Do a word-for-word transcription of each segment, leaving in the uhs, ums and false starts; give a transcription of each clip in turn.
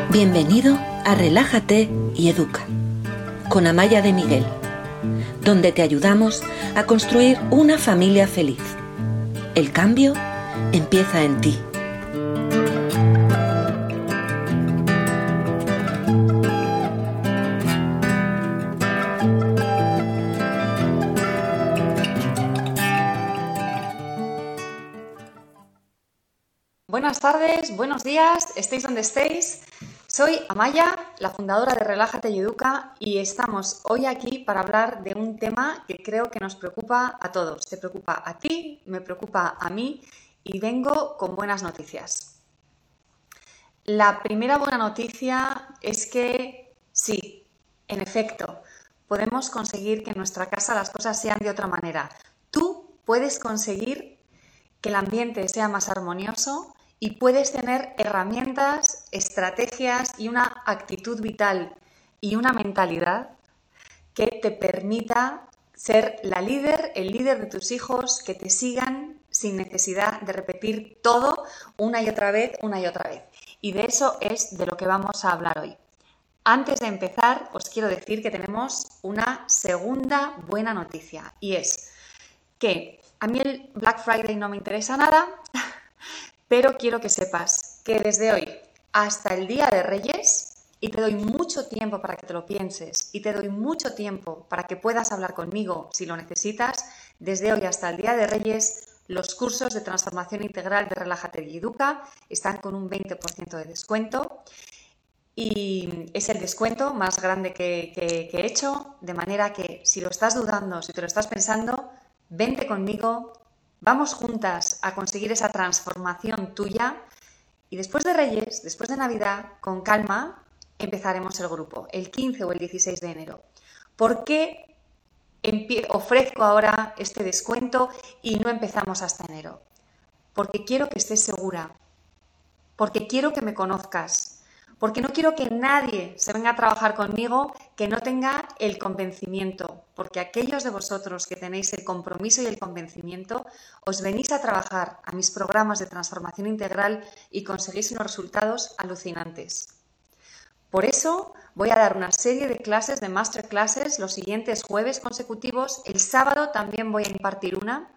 Bienvenido a Relájate y Educa, con Amaya de Miguel, donde te ayudamos a construir una familia feliz. El cambio empieza en ti. Buenas tardes, buenos días, estéis donde estéis. Soy Amaya, la fundadora de Relájate y Educa, y estamos hoy aquí para hablar de un tema que creo que nos preocupa a todos. Te preocupa a ti, me preocupa a mí, y vengo con buenas noticias. La primera buena noticia es que sí, en efecto, podemos conseguir que en nuestra casa las cosas sean de otra manera. Tú puedes conseguir que el ambiente sea más armonioso y puedes tener herramientas, estrategias y una actitud vital y una mentalidad que te permita ser la líder, el líder de tus hijos, que te sigan sin necesidad de repetir todo una y otra vez, una y otra vez. Y de eso es de lo que vamos a hablar hoy. Antes de empezar, os quiero decir que tenemos una segunda buena noticia, y es que a mí el Black Friday no me interesa nada, pero quiero que sepas que desde hoy hasta el Día de Reyes, y te doy mucho tiempo para que te lo pienses, y te doy mucho tiempo para que puedas hablar conmigo si lo necesitas, desde hoy hasta el Día de Reyes, los cursos de transformación integral de Relájate y Educa están con un veinte por ciento de descuento. Y es el descuento más grande que, que, que he hecho, de manera que si lo estás dudando, si te lo estás pensando, vente conmigo, vamos juntas a conseguir esa transformación tuya y después de Reyes, después de Navidad, con calma, empezaremos el grupo, el quince o el dieciséis de enero. ¿Por qué ofrezco ahora este descuento y no empezamos hasta enero? Porque quiero que estés segura, porque quiero que me conozcas, porque no quiero que nadie se venga a trabajar conmigo que no tenga el convencimiento, porque aquellos de vosotros que tenéis el compromiso y el convencimiento, os venís a trabajar a mis programas de transformación integral y conseguís unos resultados alucinantes. Por eso voy a dar una serie de clases, de masterclasses, los siguientes jueves consecutivos. El sábado también voy a impartir una.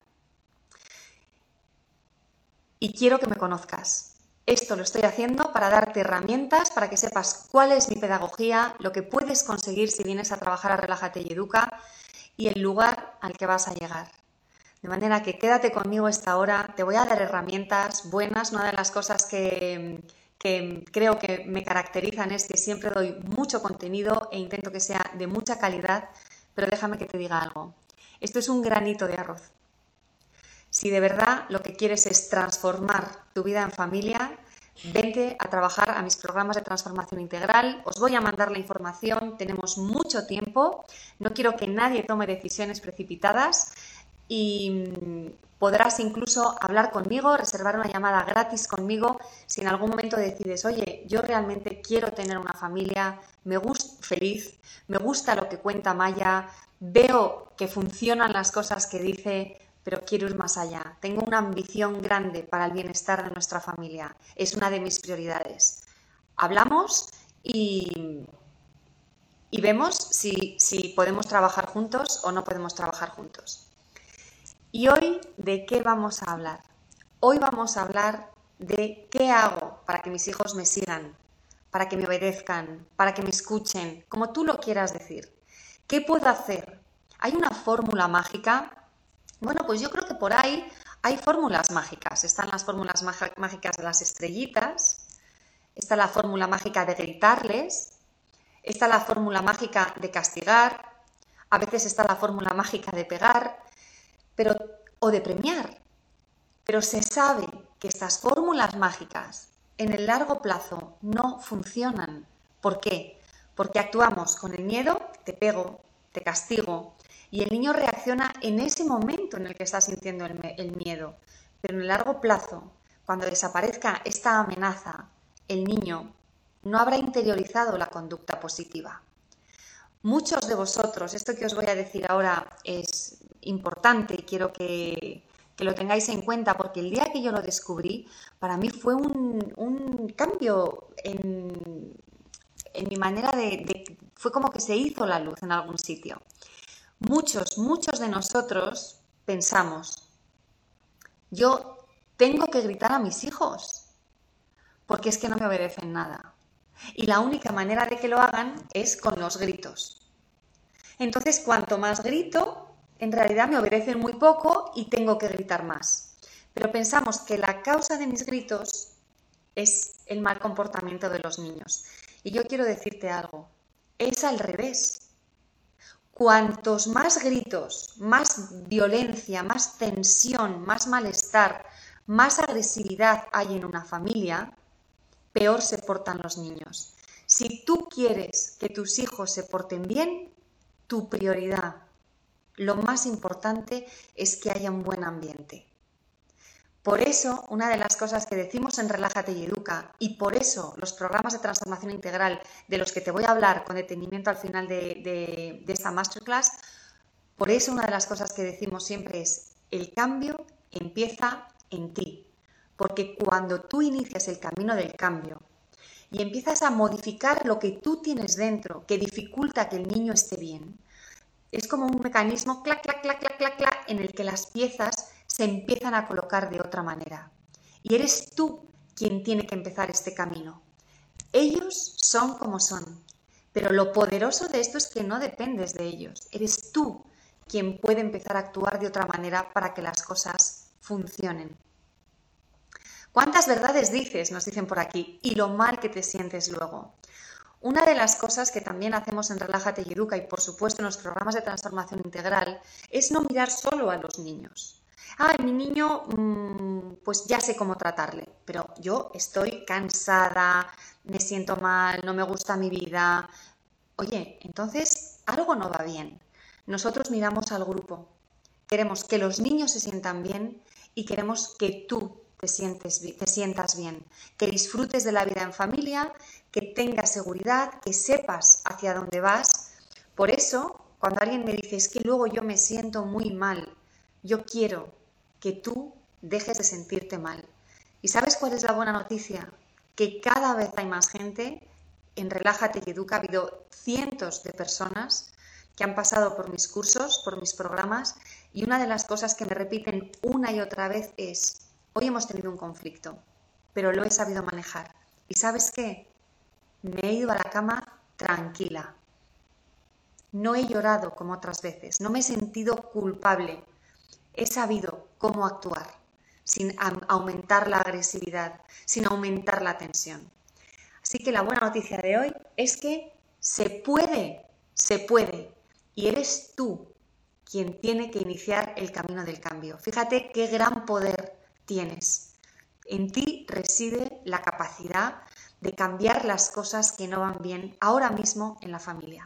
Y quiero que me conozcas. Esto lo estoy haciendo para darte herramientas, para que sepas cuál es mi pedagogía, lo que puedes conseguir si vienes a trabajar a Relájate y Educa y el lugar al que vas a llegar. De manera que quédate conmigo esta hora, te voy a dar herramientas buenas. Una de las cosas que, que creo que me caracterizan es que siempre doy mucho contenido e intento que sea de mucha calidad, pero déjame que te diga algo. Esto es un granito de arroz. Si de verdad lo que quieres es transformar tu vida en familia, vente a trabajar a mis programas de transformación integral. Os voy a mandar la información, tenemos mucho tiempo, no quiero que nadie tome decisiones precipitadas y podrás incluso hablar conmigo, reservar una llamada gratis conmigo si en algún momento decides, oye, yo realmente quiero tener una familia, me gusta feliz, me gusta lo que cuenta Maya, veo que funcionan las cosas que dice, pero quiero ir más allá. Tengo una ambición grande para el bienestar de nuestra familia. Es una de mis prioridades. Hablamos y, y vemos si, si podemos trabajar juntos o no podemos trabajar juntos. ¿Y hoy de qué vamos a hablar? Hoy vamos a hablar de qué hago para que mis hijos me sigan, para que me obedezcan, para que me escuchen, como tú lo quieras decir. ¿Qué puedo hacer? ¿Hay una fórmula mágica? Bueno, pues yo creo que por ahí hay fórmulas mágicas. Están las fórmulas mágicas de las estrellitas, está la fórmula mágica de gritarles, está la fórmula mágica de castigar, a veces está la fórmula mágica de pegar, pero, o de premiar. Pero se sabe que estas fórmulas mágicas en el largo plazo no funcionan. ¿Por qué? Porque actuamos con el miedo, te pego, te castigo, y el niño reacciona en ese momento en el que está sintiendo el, el miedo. Pero en el largo plazo, cuando desaparezca esta amenaza, el niño no habrá interiorizado la conducta positiva. Muchos de vosotros, esto que os voy a decir ahora es importante y quiero que, que lo tengáis en cuenta, porque el día que yo lo descubrí, para mí fue un, un cambio en, en mi manera de, de... Fue como que se hizo la luz en algún sitio. Muchos, muchos de nosotros pensamos, yo tengo que gritar a mis hijos, porque es que no me obedecen nada. Y la única manera de que lo hagan es con los gritos. Entonces, cuanto más grito, en realidad me obedecen muy poco y tengo que gritar más. Pero pensamos que la causa de mis gritos es el mal comportamiento de los niños. Y yo quiero decirte algo, es al revés. Cuantos más gritos, más violencia, más tensión, más malestar, más agresividad hay en una familia, peor se portan los niños. Si tú quieres que tus hijos se porten bien, tu prioridad, lo más importante es que haya un buen ambiente. Por eso, una de las cosas que decimos en Relájate y Educa, y por eso los programas de transformación integral de los que te voy a hablar con detenimiento al final de, de, de esta masterclass, por eso una de las cosas que decimos siempre es, el cambio empieza en ti. Porque cuando tú inicias el camino del cambio y empiezas a modificar lo que tú tienes dentro, que dificulta que el niño esté bien, es como un mecanismo clac, clac, clac, clac, clac, clac, en el que las piezas se empiezan a colocar de otra manera. Y eres tú quien tiene que empezar este camino. Ellos son como son, pero lo poderoso de esto es que no dependes de ellos. Eres tú quien puede empezar a actuar de otra manera para que las cosas funcionen. ¿Cuántas verdades dices? Nos dicen por aquí. Y lo mal que te sientes luego. Una de las cosas que también hacemos en Relájate y Educa y por supuesto en los programas de transformación integral es no mirar solo a los niños. Ah, mi niño, mmm, pues ya sé cómo tratarle, pero yo estoy cansada, me siento mal, no me gusta mi vida. Oye, entonces algo no va bien. Nosotros miramos al grupo. Queremos que los niños se sientan bien y queremos que tú te, sientes, te sientas bien, que disfrutes de la vida en familia, que tengas seguridad, que sepas hacia dónde vas. Por eso, cuando alguien me dice, es que luego yo me siento muy mal, yo quiero que tú dejes de sentirte mal. ¿Y sabes cuál es la buena noticia? Que cada vez hay más gente. En Relájate y Educa ha habido cientos de personas que han pasado por mis cursos, por mis programas, y una de las cosas que me repiten una y otra vez es, hoy hemos tenido un conflicto, pero lo he sabido manejar. ¿Y sabes qué? Me he ido a la cama tranquila. No he llorado como otras veces, no me he sentido culpable. He sabido cómo actuar sin aumentar la agresividad, sin aumentar la tensión. Así que la buena noticia de hoy es que se puede, se puede. Y eres tú quien tiene que iniciar el camino del cambio. Fíjate qué gran poder tienes. En ti reside la capacidad de cambiar las cosas que no van bien ahora mismo en la familia.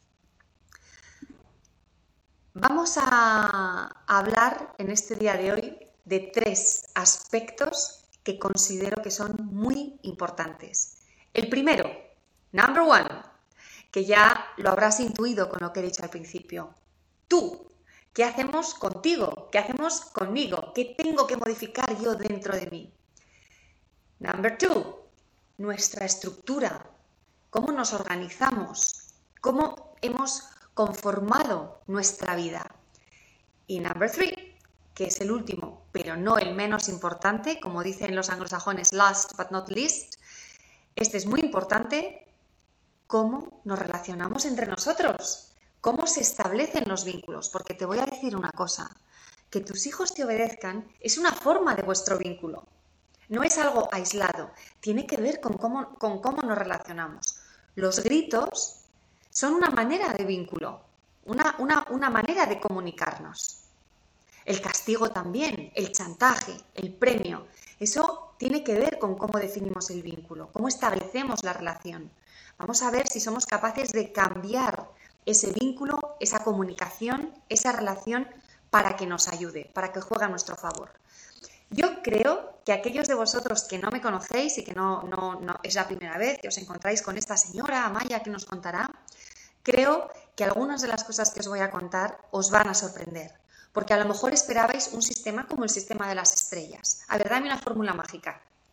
Vamos a hablar en este día de hoy de tres aspectos que considero que son muy importantes. El primero, number one, que ya lo habrás intuido con lo que he dicho al principio. Tú, ¿qué hacemos contigo? ¿Qué hacemos conmigo? ¿Qué tengo que modificar yo dentro de mí? Number two, nuestra estructura. ¿Cómo nos organizamos? ¿Cómo hemos conformado nuestra vida? Y number three, que es el último, pero no el menos importante, como dicen los anglosajones, last but not least, este es muy importante, cómo nos relacionamos entre nosotros, cómo se establecen los vínculos, porque te voy a decir una cosa, que tus hijos te obedezcan es una forma de vuestro vínculo, no es algo aislado, tiene que ver con cómo, con cómo nos relacionamos. Los gritos son una manera de vínculo, una, una, una manera de comunicarnos. El castigo también, el chantaje, el premio, eso tiene que ver con cómo definimos el vínculo, cómo establecemos la relación. Vamos a ver si somos capaces de cambiar ese vínculo, esa comunicación, esa relación para que nos ayude, para que juegue a nuestro favor. Yo creo que aquellos de vosotros que no me conocéis y que no, no, no es la primera vez que os encontráis con esta señora Amaya que nos contará, creo que algunas de las cosas que os voy a contar os van a sorprender. Porque a lo mejor esperabais un sistema como el sistema de las estrellas. A ver, dame una fórmula mágica.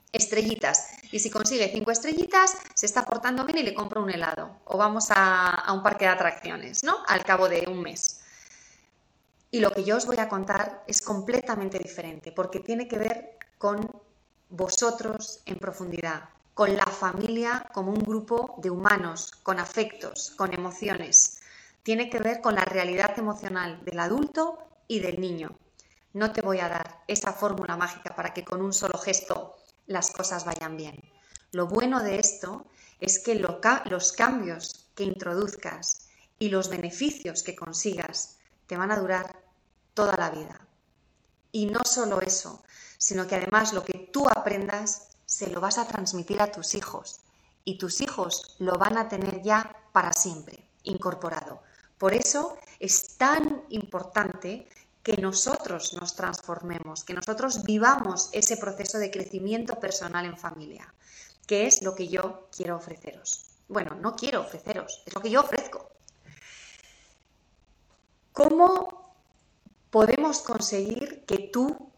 estrellitas. Y si consigue cinco estrellitas, se está portando bien y le compro un helado. O vamos a, a un parque de atracciones, ¿no? Al cabo de un mes. Y lo que yo os voy a contar es completamente diferente, porque tiene que ver con vosotros en profundidad, con la familia como un grupo de humanos, con afectos, con emociones. Tiene que ver con la realidad emocional del adulto y del niño. No te voy a dar esa fórmula mágica para que con un solo gesto las cosas vayan bien. Lo bueno de esto es que lo ca- los cambios que introduzcas y los beneficios que consigas te van a durar toda la vida. Y no solo eso, sino que además lo que tú aprendas se lo vas a transmitir a tus hijos y tus hijos lo van a tener ya para siempre incorporado. Por eso es tan importante que nosotros nos transformemos, que nosotros vivamos ese proceso de crecimiento personal en familia, que es lo que yo quiero ofreceros. Bueno, no quiero ofreceros, es lo que yo ofrezco. ¿Cómo podemos conseguir que tú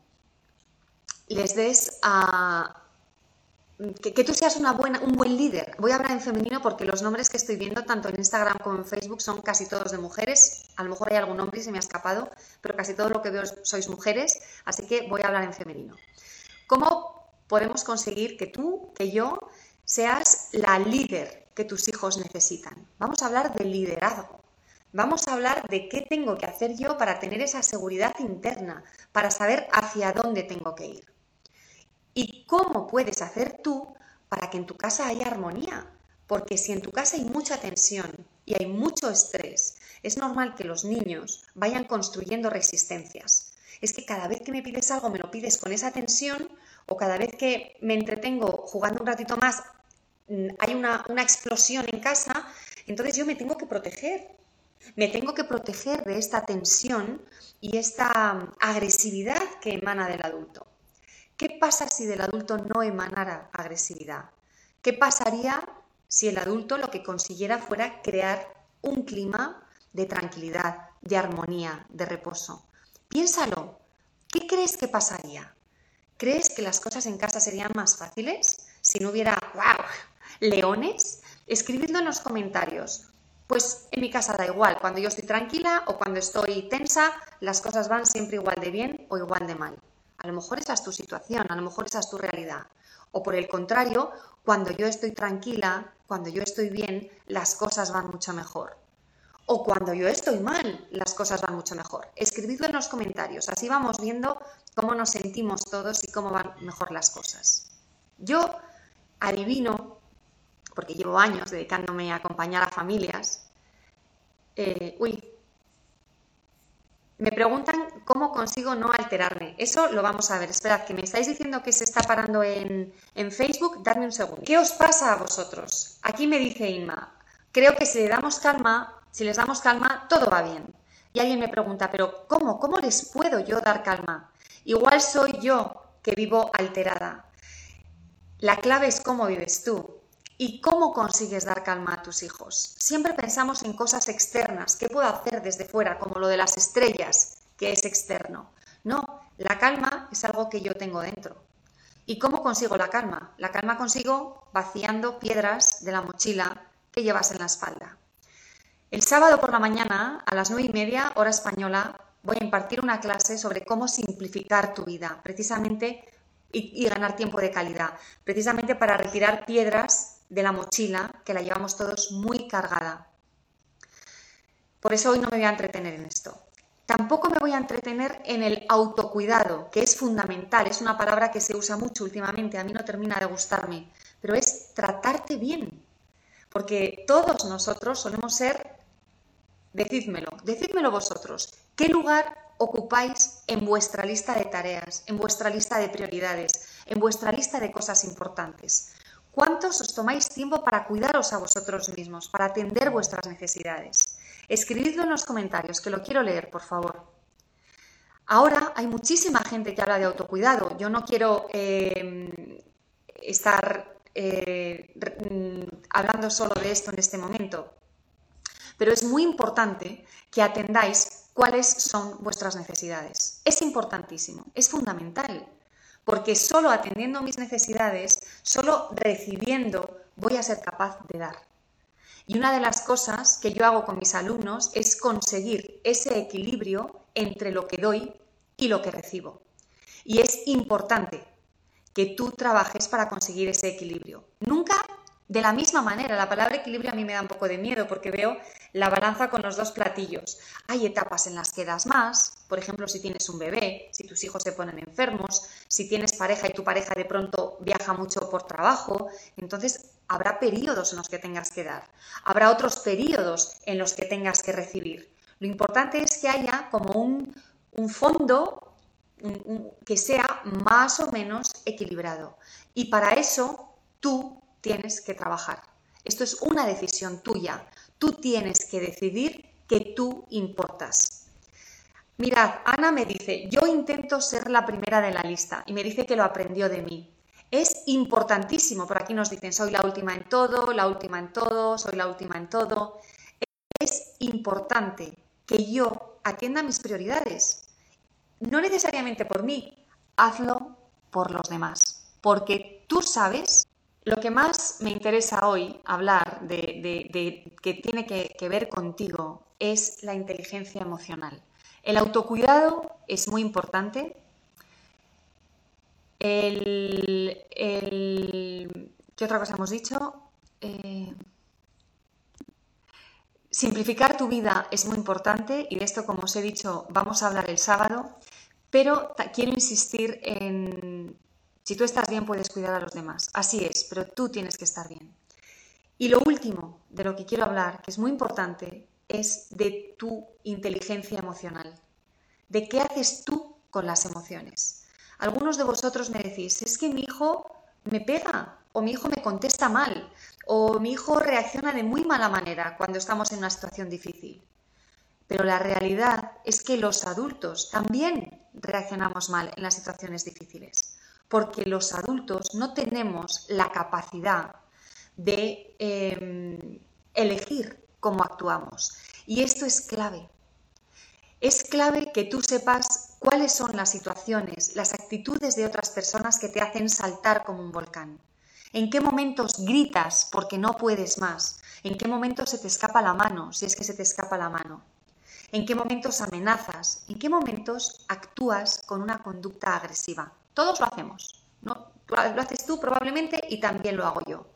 les des a... Que, que tú seas una buena, un buen líder? Voy a hablar en femenino porque los nombres que estoy viendo tanto en Instagram como en Facebook son casi todos de mujeres. A lo mejor hay algún hombre y se me ha escapado, pero casi todo lo que veo sois mujeres, así que voy a hablar en femenino. ¿Cómo podemos conseguir que tú, que yo, seas la líder que tus hijos necesitan? Vamos a hablar de liderazgo. Vamos a hablar de qué tengo que hacer yo para tener esa seguridad interna, para saber hacia dónde tengo que ir. ¿Y cómo puedes hacer tú para que en tu casa haya armonía? Porque si en tu casa hay mucha tensión y hay mucho estrés, es normal que los niños vayan construyendo resistencias. Es que cada vez que me pides algo me lo pides con esa tensión, o cada vez que me entretengo jugando un ratito más hay una, una explosión en casa, entonces yo me tengo que proteger. Me tengo que proteger de esta tensión y esta agresividad que emana del adulto. ¿Qué pasa si del adulto no emanara agresividad? ¿Qué pasaría si el adulto lo que consiguiera fuera crear un clima de tranquilidad, de armonía, de reposo? Piénsalo. ¿Qué crees que pasaría? ¿Crees que las cosas en casa serían más fáciles si no hubiera, wow, leones? Escribidlo en los comentarios. Pues en mi casa da igual, cuando yo estoy tranquila o cuando estoy tensa, las cosas van siempre igual de bien o igual de mal. A lo mejor esa es tu situación, a lo mejor esa es tu realidad. O por el contrario, cuando yo estoy tranquila, cuando yo estoy bien, las cosas van mucho mejor. O cuando yo estoy mal, las cosas van mucho mejor. Escribidlo en los comentarios, así vamos viendo cómo nos sentimos todos y cómo van mejor las cosas. Yo adivino, porque llevo años dedicándome a acompañar a familias, eh, uy, me preguntan cómo consigo no alterarme. Eso lo vamos a ver. Esperad, que me estáis diciendo que se está parando en, en Facebook. Dadme un segundo. ¿Qué os pasa a vosotros? Aquí me dice Inma, creo que si le damos calma, si les damos calma, todo va bien. Y alguien me pregunta, ¿pero cómo? ¿Cómo les puedo yo dar calma? Igual soy yo que vivo alterada. La clave es cómo vives tú. ¿Y cómo consigues dar calma a tus hijos? Siempre pensamos en cosas externas, ¿qué puedo hacer desde fuera? Como lo de las estrellas, que es externo. No, la calma es algo que yo tengo dentro. ¿Y cómo consigo la calma? La calma consigo vaciando piedras de la mochila que llevas en la espalda. El sábado por la mañana, a las nueve y media, hora española, voy a impartir una clase sobre cómo simplificar tu vida, precisamente, y, y ganar tiempo de calidad, precisamente para retirar piedras de la mochila, que la llevamos todos muy cargada. Por eso hoy no me voy a entretener en esto. Tampoco me voy a entretener en el autocuidado, que es fundamental, es una palabra que se usa mucho últimamente, a mí no termina de gustarme, pero es tratarte bien, porque todos nosotros solemos ser, decídmelo, decídmelo vosotros, ¿qué lugar ocupáis en vuestra lista de tareas, en vuestra lista de prioridades, en vuestra lista de cosas importantes? ¿Cuántos os tomáis tiempo para cuidaros a vosotros mismos, para atender vuestras necesidades? Escribidlo en los comentarios, que lo quiero leer, por favor. Ahora hay muchísima gente que habla de autocuidado. Yo no quiero eh, estar eh, hablando solo de esto en este momento, pero es muy importante que atendáis cuáles son vuestras necesidades. Es importantísimo, es fundamental. porque solo atendiendo mis necesidades, solo recibiendo, voy a ser capaz de dar. Y una de las cosas que yo hago con mis alumnos es conseguir ese equilibrio entre lo que doy y lo que recibo. Y es importante que tú trabajes para conseguir ese equilibrio. Nunca de la misma manera. La palabra equilibrio a mí me da un poco de miedo porque veo la balanza con los dos platillos. Hay etapas en las que das más, por ejemplo, si tienes un bebé, si tus hijos se ponen enfermos, si tienes pareja y tu pareja de pronto viaja mucho por trabajo, entonces habrá periodos en los que tengas que dar. Habrá otros periodos en los que tengas que recibir. Lo importante es que haya como un, un fondo un, un, que sea más o menos equilibrado. Y para eso tú tienes que trabajar. Esto es una decisión tuya. Tú tienes que decidir que tú importas. Mirad, Ana me dice, yo intento ser la primera de la lista y me dice que lo aprendió de mí. Es importantísimo, por aquí nos dicen, soy la última en todo, la última en todo, soy la última en todo. Es importante que yo atienda mis prioridades. No necesariamente por mí, hazlo por los demás, porque tú sabes. Lo que más me interesa hoy hablar de, de, de que tiene que, que ver contigo es la inteligencia emocional. El autocuidado es muy importante. El, el, ¿Qué otra cosa hemos dicho? Eh, simplificar tu vida es muy importante y de esto, como os he dicho, vamos a hablar el sábado, pero quiero insistir en... Si tú estás bien, puedes cuidar a los demás. Así es, pero tú tienes que estar bien. Y lo último de lo que quiero hablar, que es muy importante, es de tu inteligencia emocional. De qué haces tú con las emociones. Algunos de vosotros me decís, es que mi hijo me pega, o mi hijo me contesta mal, o mi hijo reacciona de muy mala manera cuando estamos en una situación difícil. Pero la realidad es que los adultos también reaccionamos mal en las situaciones difíciles. Porque los adultos no tenemos la capacidad de eh, elegir cómo actuamos. Y esto es clave. Es clave que tú sepas cuáles son las situaciones, las actitudes de otras personas que te hacen saltar como un volcán. En qué momentos gritas porque no puedes más. En qué momentos se te escapa la mano, si es que se te escapa la mano. En qué momentos amenazas. En qué momentos actúas con una conducta agresiva. Todos lo hacemos, ¿no? Lo haces tú probablemente y también lo hago yo.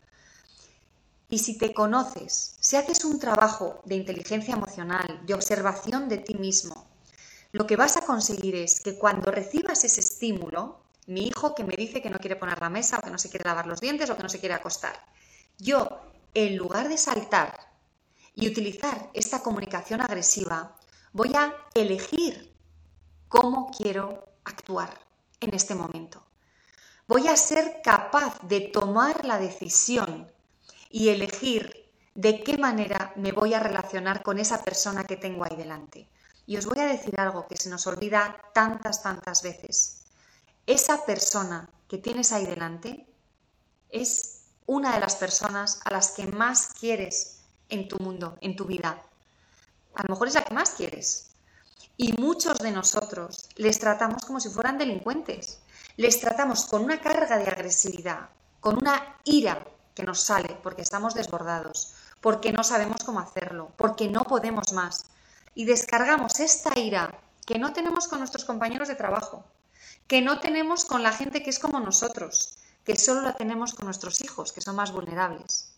Y si te conoces, si haces un trabajo de inteligencia emocional, de observación de ti mismo, lo que vas a conseguir es que cuando recibas ese estímulo, mi hijo que me dice que no quiere poner la mesa o que no se quiere lavar los dientes o que no se quiere acostar, yo, en lugar de saltar y utilizar esta comunicación agresiva, voy a elegir cómo quiero actuar en este momento. Voy a ser capaz de tomar la decisión y elegir de qué manera me voy a relacionar con esa persona que tengo ahí delante. Y os voy a decir algo que se nos olvida tantas, tantas veces. Esa persona que tienes ahí delante es una de las personas a las que más quieres en tu mundo, en tu vida. A lo mejor es la que más quieres. Y muchos de nosotros les tratamos como si fueran delincuentes. Les tratamos con una carga de agresividad, con una ira que nos sale porque estamos desbordados, porque no sabemos cómo hacerlo, porque no podemos más. Y descargamos esta ira que no tenemos con nuestros compañeros de trabajo, que no tenemos con la gente que es como nosotros, que solo la tenemos con nuestros hijos, que son más vulnerables.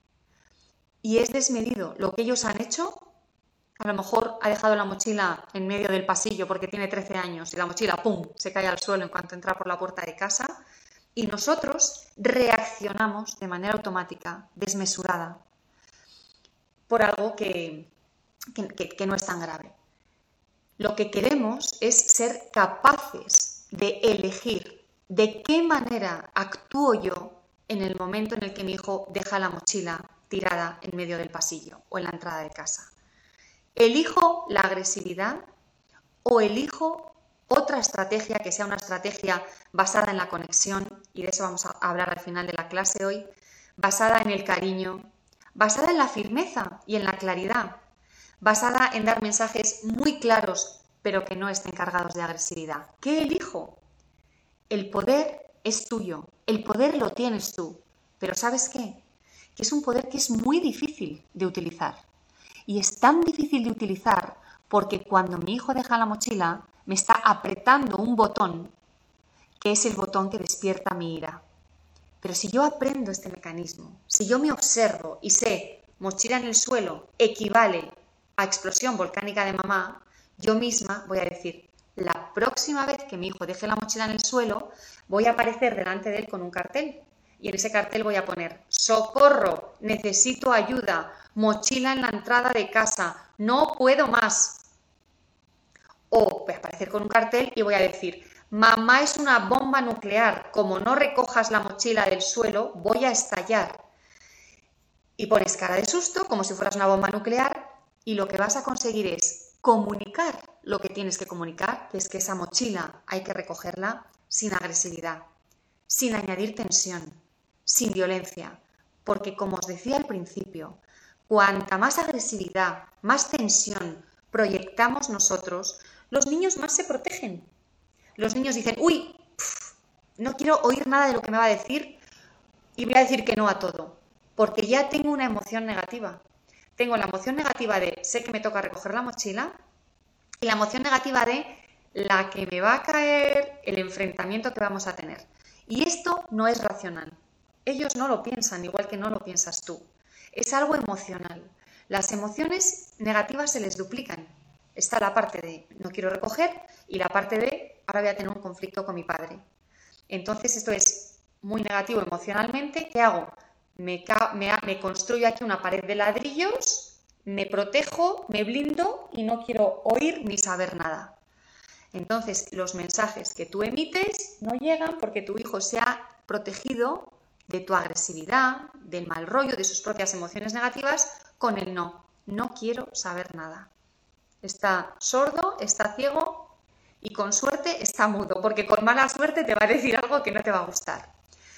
Y es desmedido lo que ellos han hecho. A lo mejor ha dejado la mochila en medio del pasillo porque tiene trece años y la mochila, ¡pum!, se cae al suelo en cuanto entra por la puerta de casa y nosotros reaccionamos de manera automática, desmesurada, por algo que, que, que, que no es tan grave. Lo que queremos es ser capaces de elegir de qué manera actúo yo en el momento en el que mi hijo deja la mochila tirada en medio del pasillo o en la entrada de casa. ¿Elijo la agresividad o elijo otra estrategia que sea una estrategia basada en la conexión? Y de eso vamos a hablar al final de la clase hoy. Basada en el cariño, basada en la firmeza y en la claridad, basada en dar mensajes muy claros pero que no estén cargados de agresividad. ¿Qué elijo? El poder es tuyo, el poder lo tienes tú, pero ¿sabes qué? Que es un poder que es muy difícil de utilizar. Y es tan difícil de utilizar porque cuando mi hijo deja la mochila, me está apretando un botón, que es el botón que despierta mi ira. Pero si yo aprendo este mecanismo, si yo me observo y sé, mochila en el suelo equivale a explosión volcánica de mamá, yo misma voy a decir, la próxima vez que mi hijo deje la mochila en el suelo, voy a aparecer delante de él con un cartel. Y en ese cartel voy a poner, ¡socorro! Necesito ayuda, mochila en la entrada de casa, no puedo más. O voy a aparecer con un cartel y voy a decir, mamá es una bomba nuclear, como no recojas la mochila del suelo, voy a estallar. Y pones cara de susto, como si fueras una bomba nuclear, y lo que vas a conseguir es comunicar lo que tienes que comunicar, que es que esa mochila hay que recogerla sin agresividad, sin añadir tensión, sin violencia, porque como os decía al principio, cuanta más agresividad, más tensión proyectamos nosotros, los niños más se protegen. Los niños dicen, uy, pf, no quiero oír nada de lo que me va a decir y voy a decir que no a todo, porque ya tengo una emoción negativa. Tengo la emoción negativa de sé que me toca recoger la mochila y la emoción negativa de la que me va a caer, el enfrentamiento que vamos a tener. Y esto no es racional. Ellos no lo piensan, igual que no lo piensas tú. Es algo emocional. Las emociones negativas se les duplican. Está la parte de no quiero recoger y la parte de ahora voy a tener un conflicto con mi padre. Entonces esto es muy negativo emocionalmente. ¿Qué hago? Me, me, me construyo aquí una pared de ladrillos, me protejo, me blindo y no quiero oír ni saber nada. Entonces los mensajes que tú emites no llegan porque tu hijo se ha protegido de tu agresividad, del mal rollo, de sus propias emociones negativas con el no. No quiero saber nada. Está sordo, está ciego y con suerte está mudo, porque con mala suerte te va a decir algo que no te va a gustar.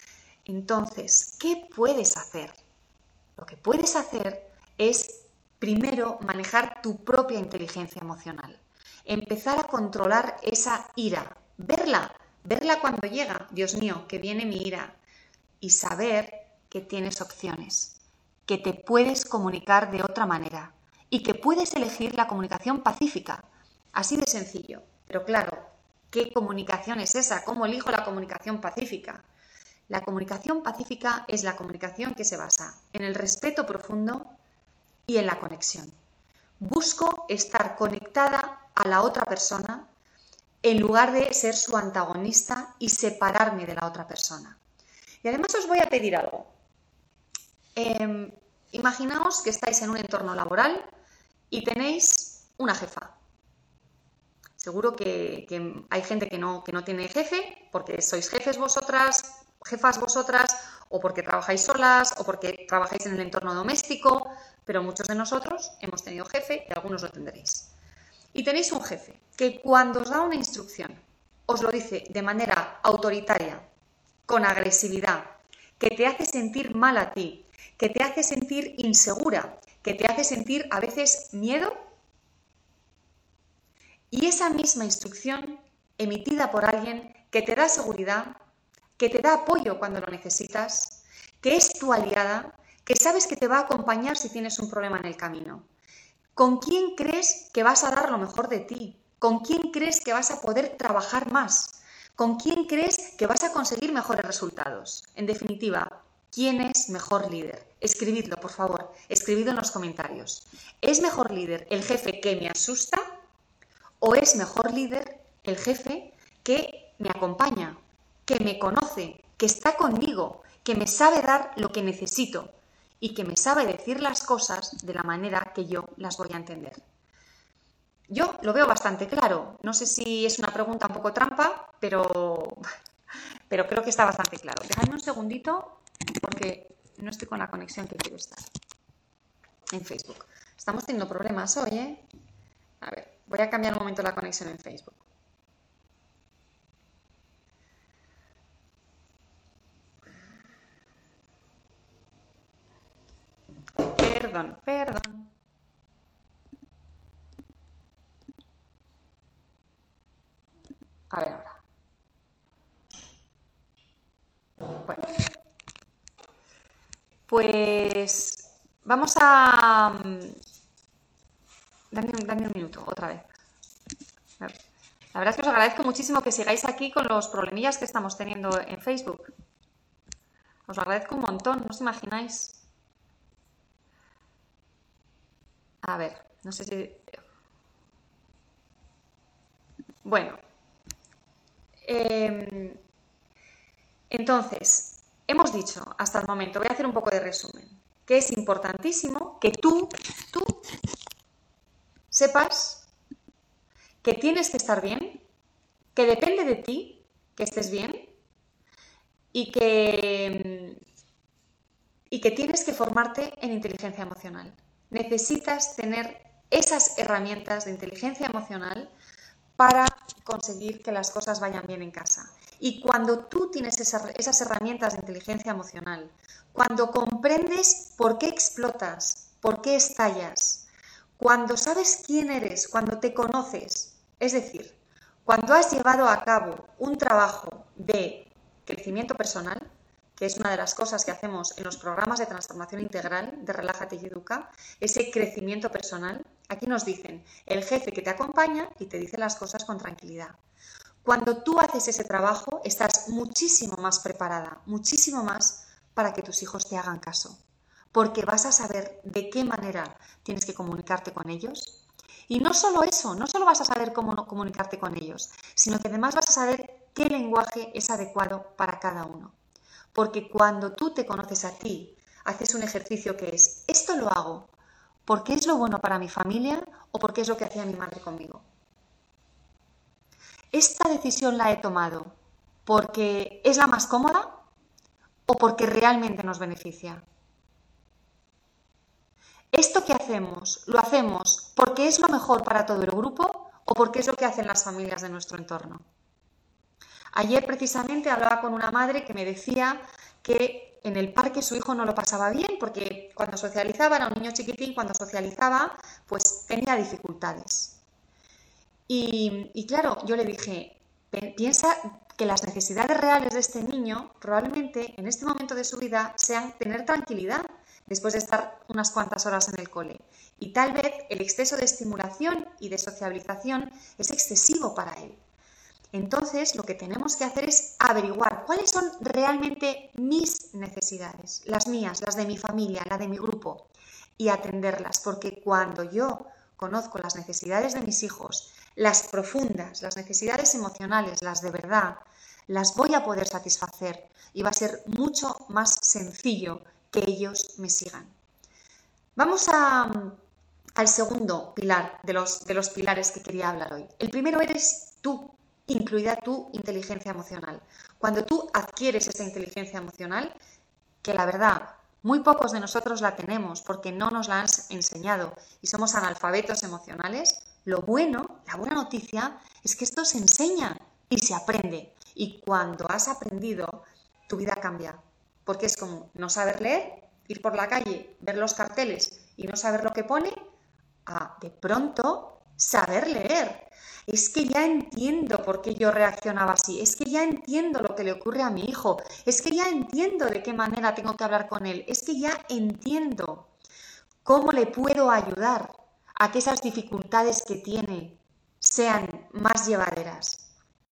Entonces, ¿qué puedes hacer? Lo que puedes hacer es, primero, manejar tu propia inteligencia emocional. Empezar a controlar esa ira. Verla, verla cuando llega. Dios mío, que viene mi ira. Y saber que tienes opciones, que te puedes comunicar de otra manera y que puedes elegir la comunicación pacífica. Así de sencillo. Pero claro, ¿qué comunicación es esa? ¿Cómo elijo la comunicación pacífica? La comunicación pacífica es la comunicación que se basa en el respeto profundo y en la conexión. Busco estar conectada a la otra persona en lugar de ser su antagonista y separarme de la otra persona. Y además os voy a pedir algo. Eh, imaginaos que estáis en un entorno laboral y tenéis una jefa. Seguro que, que hay gente que no, que no tiene jefe porque sois jefes vosotras, jefas vosotras, o porque trabajáis solas, o porque trabajáis en el entorno doméstico, pero muchos de nosotros hemos tenido jefe y algunos lo tendréis. Y tenéis un jefe que cuando os da una instrucción os lo dice de manera autoritaria, con agresividad, que te hace sentir mal a ti, que te hace sentir insegura, que te hace sentir a veces miedo. Y esa misma instrucción emitida por alguien que te da seguridad, que te da apoyo cuando lo necesitas, que es tu aliada, que sabes que te va a acompañar si tienes un problema en el camino. ¿Con quién crees que vas a dar lo mejor de ti? ¿Con quién crees que vas a poder trabajar más? ¿Con quién crees que vas a conseguir mejores resultados? En definitiva, ¿quién es mejor líder? Escribidlo, por favor, escribidlo en los comentarios. ¿Es mejor líder el jefe que me asusta o es mejor líder el jefe que me acompaña, que me conoce, que está conmigo, que me sabe dar lo que necesito y que me sabe decir las cosas de la manera que yo las voy a entender? Yo lo veo bastante claro. No sé si es una pregunta un poco trampa, pero, pero creo que está bastante claro. Dejadme un segundito porque no estoy con la conexión que quiero estar en Facebook. Estamos teniendo problemas hoy, ¿eh? A ver, voy a cambiar un momento la conexión en Facebook. Perdón, perdón. A ver ahora. Pues vamos a... Dame, dame un minuto, otra vez. La verdad es que os agradezco muchísimo que sigáis aquí con los problemillas que estamos teniendo en Facebook. Os lo agradezco un montón, no os imagináis. A ver, no sé si... Bueno. Eh, entonces, hemos dicho hasta el momento, voy a hacer un poco de resumen, que es importantísimo que tú, tú sepas que tienes que estar bien, que depende de ti que estés bien y que, y que tienes que formarte en inteligencia emocional. Necesitas tener esas herramientas de inteligencia emocional para conseguir que las cosas vayan bien en casa. Y cuando tú tienes esas, esas herramientas de inteligencia emocional, cuando comprendes por qué explotas, por qué estallas, cuando sabes quién eres, cuando te conoces, es decir, cuando has llevado a cabo un trabajo de crecimiento personal, que es una de las cosas que hacemos en los programas de transformación integral de Relájate y Educa, ese crecimiento personal, aquí nos dicen el jefe que te acompaña y te dice las cosas con tranquilidad. Cuando tú haces ese trabajo, estás muchísimo más preparada, muchísimo más para que tus hijos te hagan caso, porque vas a saber de qué manera tienes que comunicarte con ellos. Y no solo eso, no solo vas a saber cómo comunicarte con ellos, sino que además vas a saber qué lenguaje es adecuado para cada uno. Porque cuando tú te conoces a ti, haces un ejercicio que es, esto lo hago porque es lo bueno para mi familia o porque es lo que hacía mi madre conmigo. ¿Esta decisión la he tomado porque es la más cómoda o porque realmente nos beneficia? ¿Esto que hacemos, lo hacemos porque es lo mejor para todo el grupo o porque es lo que hacen las familias de nuestro entorno? Ayer precisamente hablaba con una madre que me decía que en el parque su hijo no lo pasaba bien porque cuando socializaba, era un niño chiquitín, cuando socializaba pues tenía dificultades. Y, y claro, yo le dije, piensa que las necesidades reales de este niño probablemente en este momento de su vida sean tener tranquilidad después de estar unas cuantas horas en el cole. Y tal vez el exceso de estimulación y de sociabilización es excesivo para él. Entonces, lo que tenemos que hacer es averiguar cuáles son realmente mis necesidades, las mías, las de mi familia, la de mi grupo, y atenderlas, porque cuando yo conozco las necesidades de mis hijos, las profundas, las necesidades emocionales, las de verdad, las voy a poder satisfacer y va a ser mucho más sencillo que ellos me sigan. Vamos a, al segundo pilar de los, de los pilares que quería hablar hoy. El primero eres tú, incluida tu inteligencia emocional. Cuando tú adquieres esa inteligencia emocional, que la verdad, muy pocos de nosotros la tenemos porque no nos la han enseñado y somos analfabetos emocionales, lo bueno, la buena noticia, es que esto se enseña y se aprende. Y cuando has aprendido, tu vida cambia. Porque es como no saber leer, ir por la calle, ver los carteles y no saber lo que pone, a de pronto saber leer. Es que ya entiendo por qué yo reaccionaba así, es que ya entiendo lo que le ocurre a mi hijo, es que ya entiendo de qué manera tengo que hablar con él, es que ya entiendo cómo le puedo ayudar a que esas dificultades que tiene sean más llevaderas.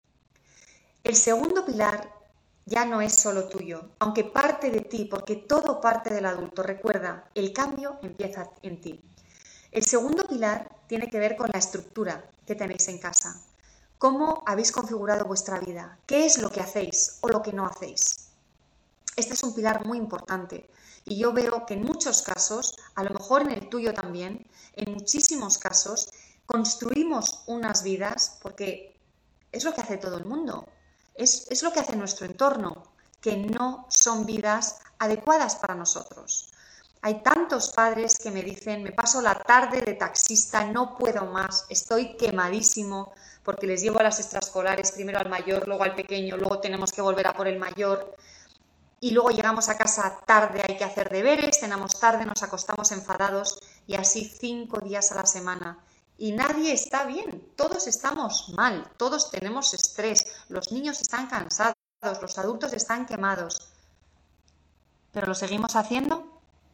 El segundo pilar ya no es solo tuyo, aunque parte de ti, porque todo parte del adulto. Recuerda, el cambio empieza en ti. El segundo pilar tiene que ver con la estructura que tenéis en casa. ¿Cómo habéis configurado vuestra vida? ¿Qué es lo que hacéis o lo que no hacéis? Este es un pilar muy importante y yo veo que en muchos casos, a lo mejor en el tuyo también, en muchísimos casos, construimos unas vidas porque es lo que hace todo el mundo, es, es lo que hace nuestro entorno, que no son vidas adecuadas para nosotros. Hay tantos padres que me dicen, me paso la tarde de taxista, no puedo más, estoy quemadísimo porque les llevo a las extraescolares, primero al mayor, luego al pequeño, luego tenemos que volver a por el mayor y luego llegamos a casa tarde, hay que hacer deberes, cenamos tarde, nos acostamos enfadados y así cinco días a la semana. Y nadie está bien, todos estamos mal, todos tenemos estrés, los niños están cansados, los adultos están quemados. pero lo seguimos haciendo.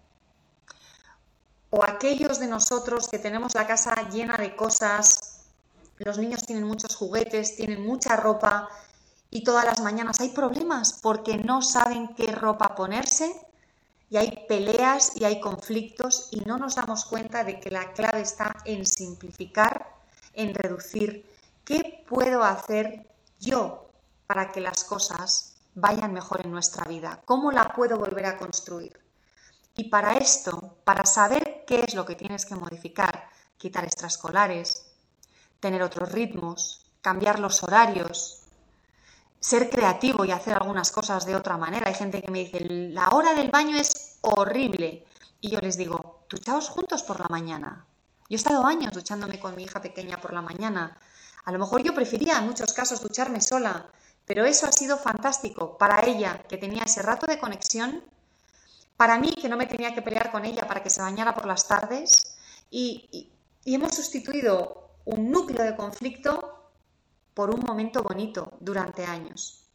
O aquellos de nosotros que tenemos la casa llena de cosas, los niños tienen muchos juguetes, tienen mucha ropa y todas las mañanas hay problemas porque no saben qué ropa ponerse y hay peleas y hay conflictos y no nos damos cuenta de que la clave está en simplificar, en reducir. ¿Qué puedo hacer yo para que las cosas vayan mejor en nuestra vida? ¿Cómo la puedo volver a construir? Y para esto, para saber qué es lo que tienes que modificar, quitar extraescolares, tener otros ritmos, cambiar los horarios, ser creativo y hacer algunas cosas de otra manera. Hay gente que me dice, la hora del baño es horrible. Y yo les digo, duchaos juntos por la mañana. Yo he estado años duchándome con mi hija pequeña por la mañana. A lo mejor yo prefería en muchos casos ducharme sola, pero eso ha sido fantástico para ella, que tenía ese rato de conexión, para mí, que no me tenía que pelear con ella para que se bañara por las tardes, y, y, y hemos sustituido un núcleo de conflicto por un momento bonito durante años.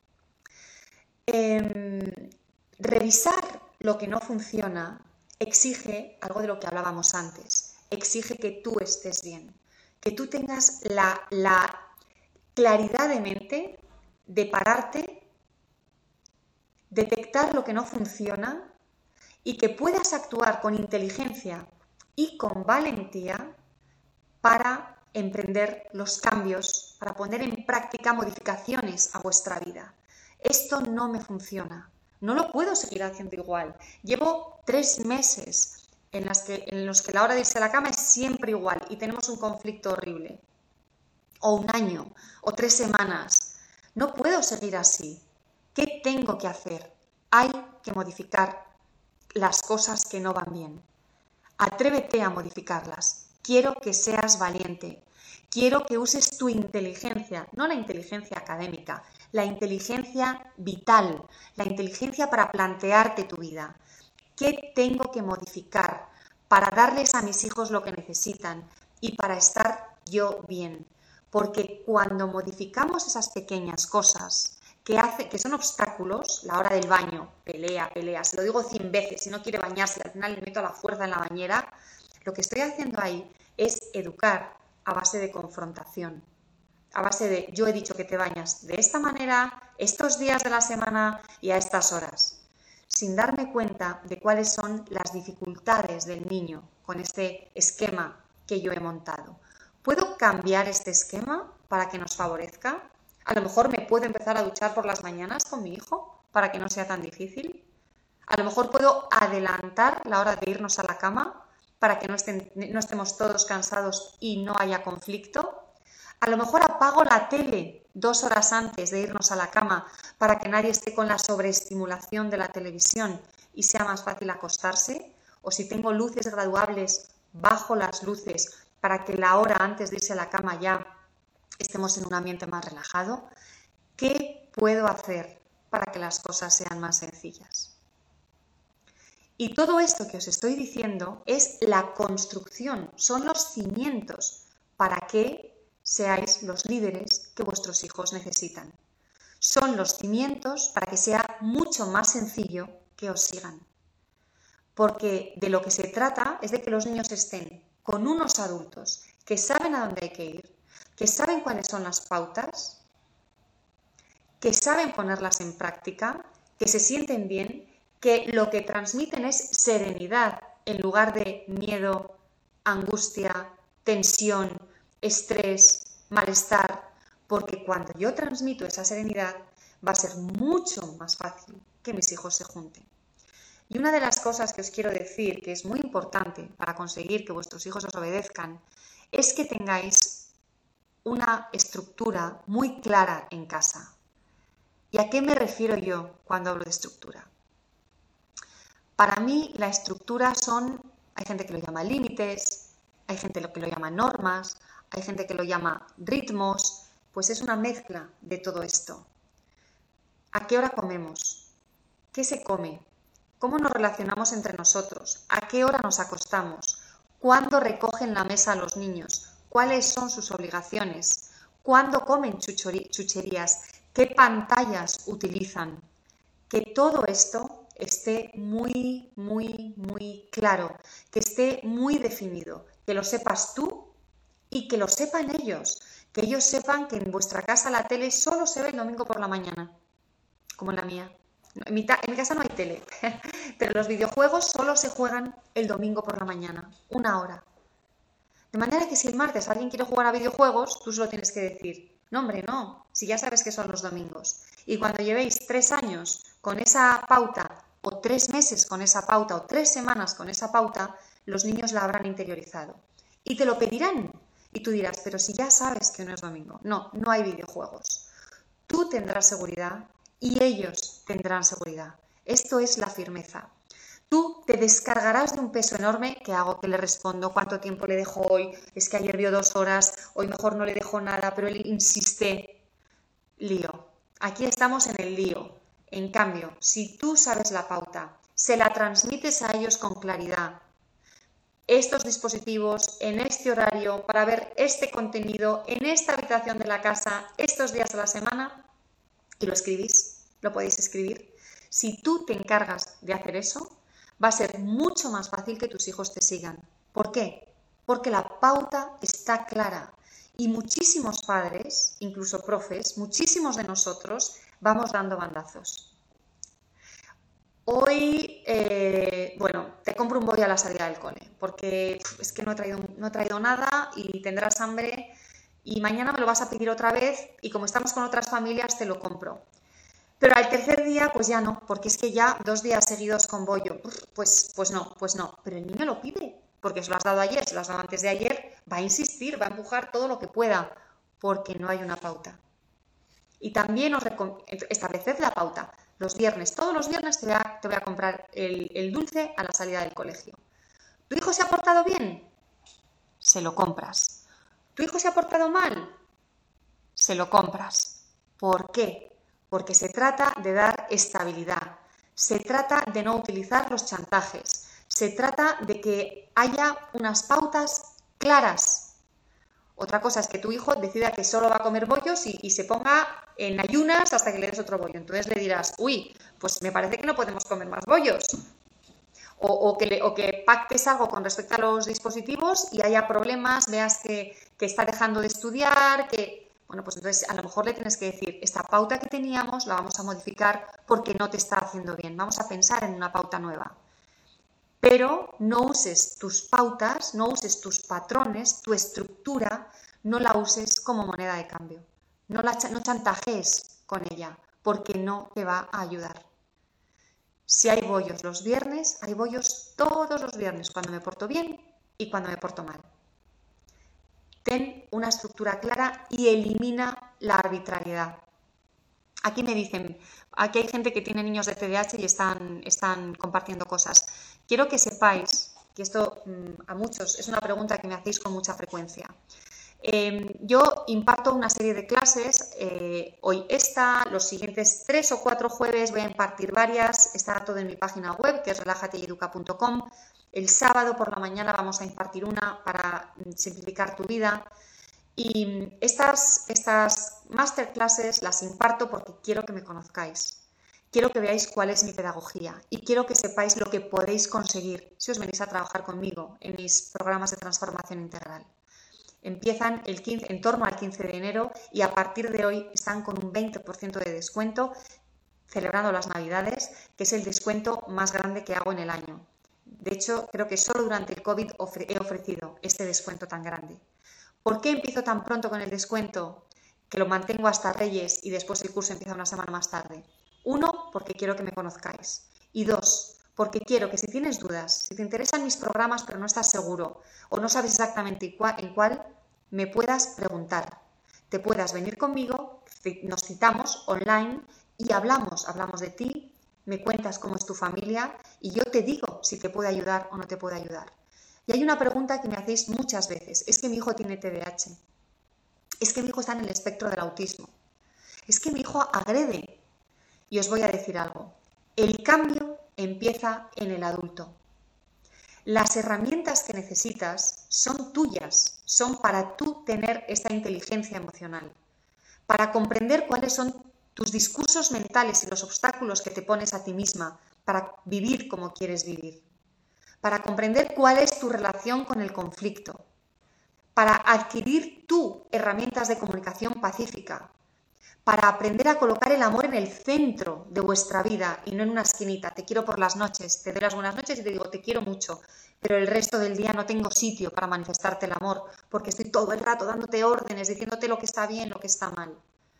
Eh, revisar lo que no funciona exige algo de lo que hablábamos antes, exige que tú estés bien, que tú tengas la, la claridad de mente de pararte, detectar lo que no funciona y que puedas actuar con inteligencia y con valentía para emprender los cambios, para poner en práctica modificaciones a vuestra vida. Esto no me funciona, no lo puedo seguir haciendo igual. Llevo tres meses en, las que, en los que la hora de irse a la cama es siempre igual y tenemos un conflicto horrible. O un año, o tres semanas. No puedo seguir así. ¿Qué tengo que hacer? Hay que modificar las cosas que no van bien. Atrévete a modificarlas. Quiero que seas valiente. Quiero que uses tu inteligencia, no la inteligencia académica, la inteligencia vital, la inteligencia para plantearte tu vida. ¿Qué tengo que modificar para darles a mis hijos lo que necesitan y para estar yo bien? Porque cuando modificamos esas pequeñas cosas que, hace, que son obstáculos, la hora del baño, pelea, pelea, se lo digo cien veces, si no quiere bañarse, al final le meto a la fuerza en la bañera, lo que estoy haciendo ahí es educar a base de confrontación, a base de yo he dicho que te bañas de esta manera, estos días de la semana y a estas horas, sin darme cuenta de cuáles son las dificultades del niño con este esquema que yo he montado. ¿Puedo cambiar este esquema para que nos favorezca? A lo mejor me puedo empezar a duchar por las mañanas con mi hijo para que no sea tan difícil. A lo mejor puedo adelantar la hora de irnos a la cama para que no, estén, no estemos todos cansados y no haya conflicto. A lo mejor apago la tele dos horas antes de irnos a la cama para que nadie esté con la sobreestimulación de la televisión y sea más fácil acostarse. O si tengo luces graduables, bajo las luces para que la hora antes de irse a la cama ya estemos en un ambiente más relajado. ¿Qué puedo hacer para que las cosas sean más sencillas? Y todo esto que os estoy diciendo es la construcción, son los cimientos para que seáis los líderes que vuestros hijos necesitan. Son los cimientos para que sea mucho más sencillo que os sigan. Porque de lo que se trata es de que los niños estén con unos adultos que saben a dónde hay que ir, que saben cuáles son las pautas, que saben ponerlas en práctica, que se sienten bien, que lo que transmiten es serenidad en lugar de miedo, angustia, tensión, estrés, malestar, porque cuando yo transmito esa serenidad va a ser mucho más fácil que mis hijos se junten. Y una de las cosas que os quiero decir, que es muy importante para conseguir que vuestros hijos os obedezcan, es que tengáis una estructura muy clara en casa. ¿Y a qué me refiero yo cuando hablo de estructura? Para mí la estructura son, hay gente que lo llama límites, hay gente que lo llama normas, hay gente que lo llama ritmos, pues es una mezcla de todo esto. ¿A qué hora comemos? ¿Qué se come? ¿Cómo nos relacionamos entre nosotros? ¿A qué hora nos acostamos? ¿Cuándo recogen la mesa los niños? ¿Cuáles son sus obligaciones? ¿Cuándo comen chucherías? ¿Qué pantallas utilizan? Que todo esto esté muy, muy, muy claro, que esté muy definido, que lo sepas tú y que lo sepan ellos, que ellos sepan que en vuestra casa la tele solo se ve el domingo por la mañana, como en la mía. En mi, en mi casa no hay tele, pero los videojuegos solo se juegan el domingo por la mañana, una hora. De manera que si el martes alguien quiere jugar a videojuegos, tú solo tienes que decir, no hombre, no, si ya sabes que son los domingos. Y cuando llevéis tres años con esa pauta, o tres meses con esa pauta, o tres semanas con esa pauta, los niños la habrán interiorizado. Y te lo pedirán. Y tú dirás, pero si ya sabes que no es domingo. No, no hay videojuegos. Tú tendrás seguridad y ellos tendrán seguridad. Esto es la firmeza. Tú te descargarás de un peso enorme. ¿Qué hago? ¿Qué le respondo? ¿Cuánto tiempo le dejo hoy? Es que ayer vio dos horas, hoy mejor no le dejo nada, pero él insiste. Lío. Aquí estamos en el lío. En cambio, si tú sabes la pauta, se la transmites a ellos con claridad, estos dispositivos, en este horario, para ver este contenido, en esta habitación de la casa, estos días de la semana, y lo escribís, lo podéis escribir. Si tú te encargas de hacer eso, va a ser mucho más fácil que tus hijos te sigan. ¿Por qué? Porque la pauta está clara y muchísimos padres, incluso profes, muchísimos de nosotros, vamos dando bandazos. Hoy, eh, bueno, te compro un bollo a la salida del cole, porque pff, es que no he, traído, no he traído nada y tendrás hambre y mañana me lo vas a pedir otra vez y como estamos con otras familias te lo compro. Pero al tercer día, pues ya no, porque es que ya dos días seguidos con bollo, pues, pues no, pues no. Pero el niño lo pide, porque se lo has dado ayer, se lo has dado antes de ayer, va a insistir, va a empujar todo lo que pueda, porque no hay una pauta. Y también os recomiendo estableced la pauta. Los viernes, todos los viernes te voy a, te voy a comprar el, el dulce a la salida del colegio. ¿Tu hijo se ha portado bien? Se lo compras. ¿Tu hijo se ha portado mal? Se lo compras. ¿Por qué? Porque se trata de dar estabilidad. Se trata de no utilizar los chantajes. Se trata de que haya unas pautas claras. Otra cosa es que tu hijo decida que solo va a comer bollos y, y se ponga en ayunas hasta que le des otro bollo. Entonces le dirás, uy, pues me parece que no podemos comer más bollos. O, o, que, le, o que pactes algo con respecto a los dispositivos y haya problemas, veas que, que está dejando de estudiar, que... Bueno, pues entonces a lo mejor le tienes que decir, esta pauta que teníamos la vamos a modificar porque no te está haciendo bien. Vamos a pensar en una pauta nueva. Pero no uses tus pautas, no uses tus patrones, tu estructura, no la uses como moneda de cambio. No, la, no chantajees con ella, porque no te va a ayudar. Si hay bollos los viernes, hay bollos todos los viernes, cuando me porto bien y cuando me porto mal. Ten una estructura clara y elimina la arbitrariedad. Aquí me dicen, aquí hay gente que tiene niños de T D A H y están, están compartiendo cosas. Quiero que sepáis, que esto mmm, a muchos es una pregunta que me hacéis con mucha frecuencia. Eh, yo imparto una serie de clases, eh, hoy esta, los siguientes tres o cuatro jueves voy a impartir varias, está todo en mi página web que es relájate y educa punto com. El sábado por la mañana vamos a impartir una para simplificar tu vida. Y estas, estas masterclasses las imparto porque quiero que me conozcáis. Quiero que veáis cuál es mi pedagogía y quiero que sepáis lo que podéis conseguir si os venís a trabajar conmigo en mis programas de transformación integral. Empiezan el quince, en torno al quince de enero y a partir de hoy están con un veinte por ciento de descuento celebrando las Navidades, que es el descuento más grande que hago en el año. De hecho, creo que solo durante el COVID ofre- he ofrecido este descuento tan grande. ¿Por qué empiezo tan pronto con el descuento? Que lo mantengo hasta Reyes y después el curso empieza una semana más tarde. Uno, porque quiero que me conozcáis. Y dos, porque quiero que si tienes dudas, si te interesan mis programas pero no estás seguro o no sabes exactamente en cuál, me puedas preguntar. Te puedas venir conmigo, nos citamos online y hablamos, hablamos de ti, me cuentas cómo es tu familia y yo te digo si te puede ayudar o no te puede ayudar. Y hay una pregunta que me hacéis muchas veces, es que mi hijo tiene T D A H, es que mi hijo está en el espectro del autismo, es que mi hijo agrede. Y os voy a decir algo, el cambio empieza en el adulto. Las herramientas que necesitas son tuyas, son para tú tener esta inteligencia emocional, para comprender cuáles son tus discursos mentales y los obstáculos que te pones a ti misma para vivir como quieres vivir, para comprender cuál es tu relación con el conflicto, para adquirir tú herramientas de comunicación pacífica, para aprender a colocar el amor en el centro de vuestra vida y no en una esquinita. Te quiero por las noches, te doy las buenas noches y te digo te quiero mucho, pero el resto del día no tengo sitio para manifestarte el amor porque estoy todo el rato dándote órdenes, diciéndote lo que está bien, lo que está mal.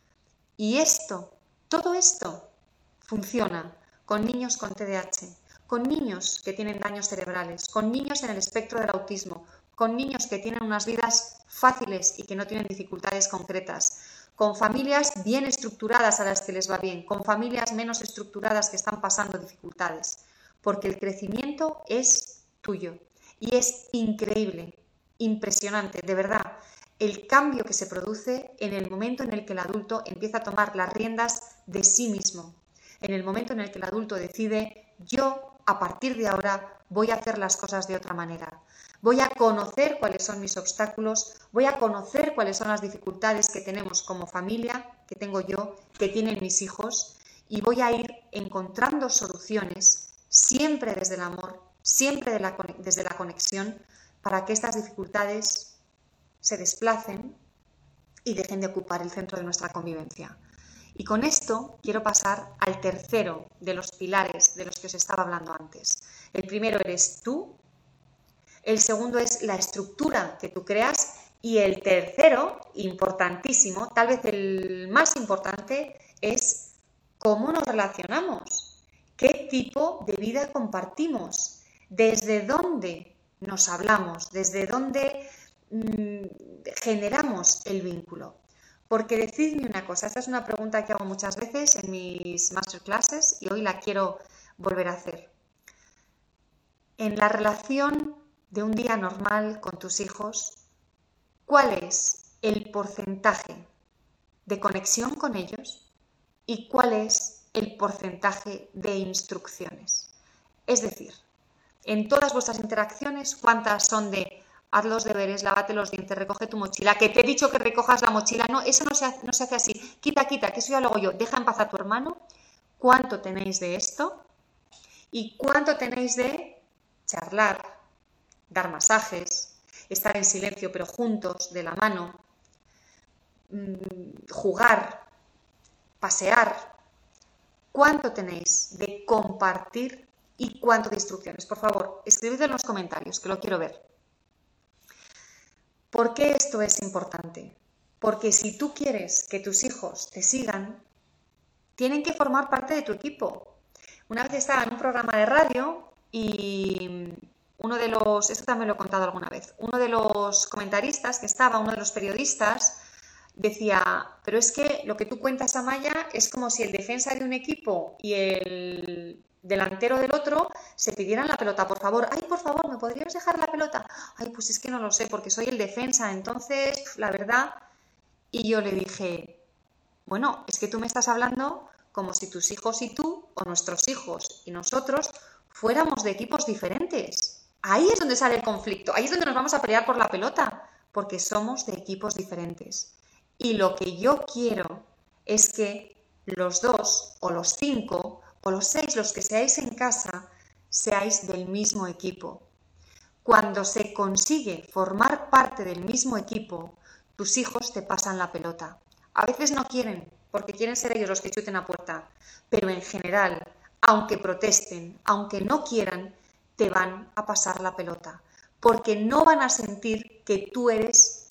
Y esto, todo esto, funciona con niños con T D A H, con niños que tienen daños cerebrales, con niños en el espectro del autismo, con niños que tienen unas vidas fáciles y que no tienen dificultades concretas, con familias bien estructuradas a las que les va bien, con familias menos estructuradas que están pasando dificultades, porque el crecimiento es tuyo y es increíble, impresionante, de verdad, el cambio que se produce en el momento en el que el adulto empieza a tomar las riendas de sí mismo, en el momento en el que el adulto decide yo a partir de ahora voy a hacer las cosas de otra manera. Voy a conocer cuáles son mis obstáculos, voy a conocer cuáles son las dificultades que tenemos como familia, que tengo yo, que tienen mis hijos, y voy a ir encontrando soluciones, siempre desde el amor, siempre de la, desde la conexión, para que estas dificultades se desplacen y dejen de ocupar el centro de nuestra convivencia. Y con esto quiero pasar al tercero de los pilares de los que os estaba hablando antes. El primero eres tú. El segundo es la estructura que tú creas y el tercero, importantísimo, tal vez el más importante, es cómo nos relacionamos, qué tipo de vida compartimos, desde dónde nos hablamos, desde dónde mmm, generamos el vínculo. Porque decidme una cosa, esta es una pregunta que hago muchas veces en mis masterclasses y hoy la quiero volver a hacer. En la relación de un día normal con tus hijos, ¿cuál es el porcentaje de conexión con ellos y cuál es el porcentaje de instrucciones? Es decir, en todas vuestras interacciones, ¿cuántas son de haz los deberes, lávate los dientes, recoge tu mochila, que te he dicho que recojas la mochila? No, eso no se hace, no se hace así. Quita, quita, que eso ya lo hago yo. Deja en paz a tu hermano. ¿Cuánto tenéis de esto? ¿Y cuánto tenéis de charlar, dar masajes, estar en silencio pero juntos, de la mano, jugar, pasear? ¿Cuánto tenéis de compartir y cuánto de instrucciones? Por favor, escribidlo en los comentarios, que lo quiero ver. ¿Por qué esto es importante? Porque si tú quieres que tus hijos te sigan, tienen que formar parte de tu equipo. Una vez estaba en un programa de radio y uno de los, esto también lo he contado alguna vez, uno de los comentaristas que estaba, uno de los periodistas, decía, pero es que lo que tú cuentas, Amaya, es como si el defensa de un equipo y el delantero del otro se pidieran la pelota, por favor, ay, por favor, ¿me podrías dejar la pelota? Ay, pues es que no lo sé, porque soy el defensa, entonces, la verdad. Y yo le dije, bueno, es que tú me estás hablando como si tus hijos y tú, o nuestros hijos y nosotros, fuéramos de equipos diferentes. Ahí es donde sale el conflicto, ahí es donde nos vamos a pelear por la pelota, porque somos de equipos diferentes. Y lo que yo quiero es que los dos, o los cinco, o los seis, los que seáis en casa, seáis del mismo equipo. Cuando se consigue formar parte del mismo equipo, tus hijos te pasan la pelota. A veces no quieren, porque quieren ser ellos los que chuten a puerta, pero en general, aunque protesten, aunque no quieran, te van a pasar la pelota, porque no van a sentir que tú eres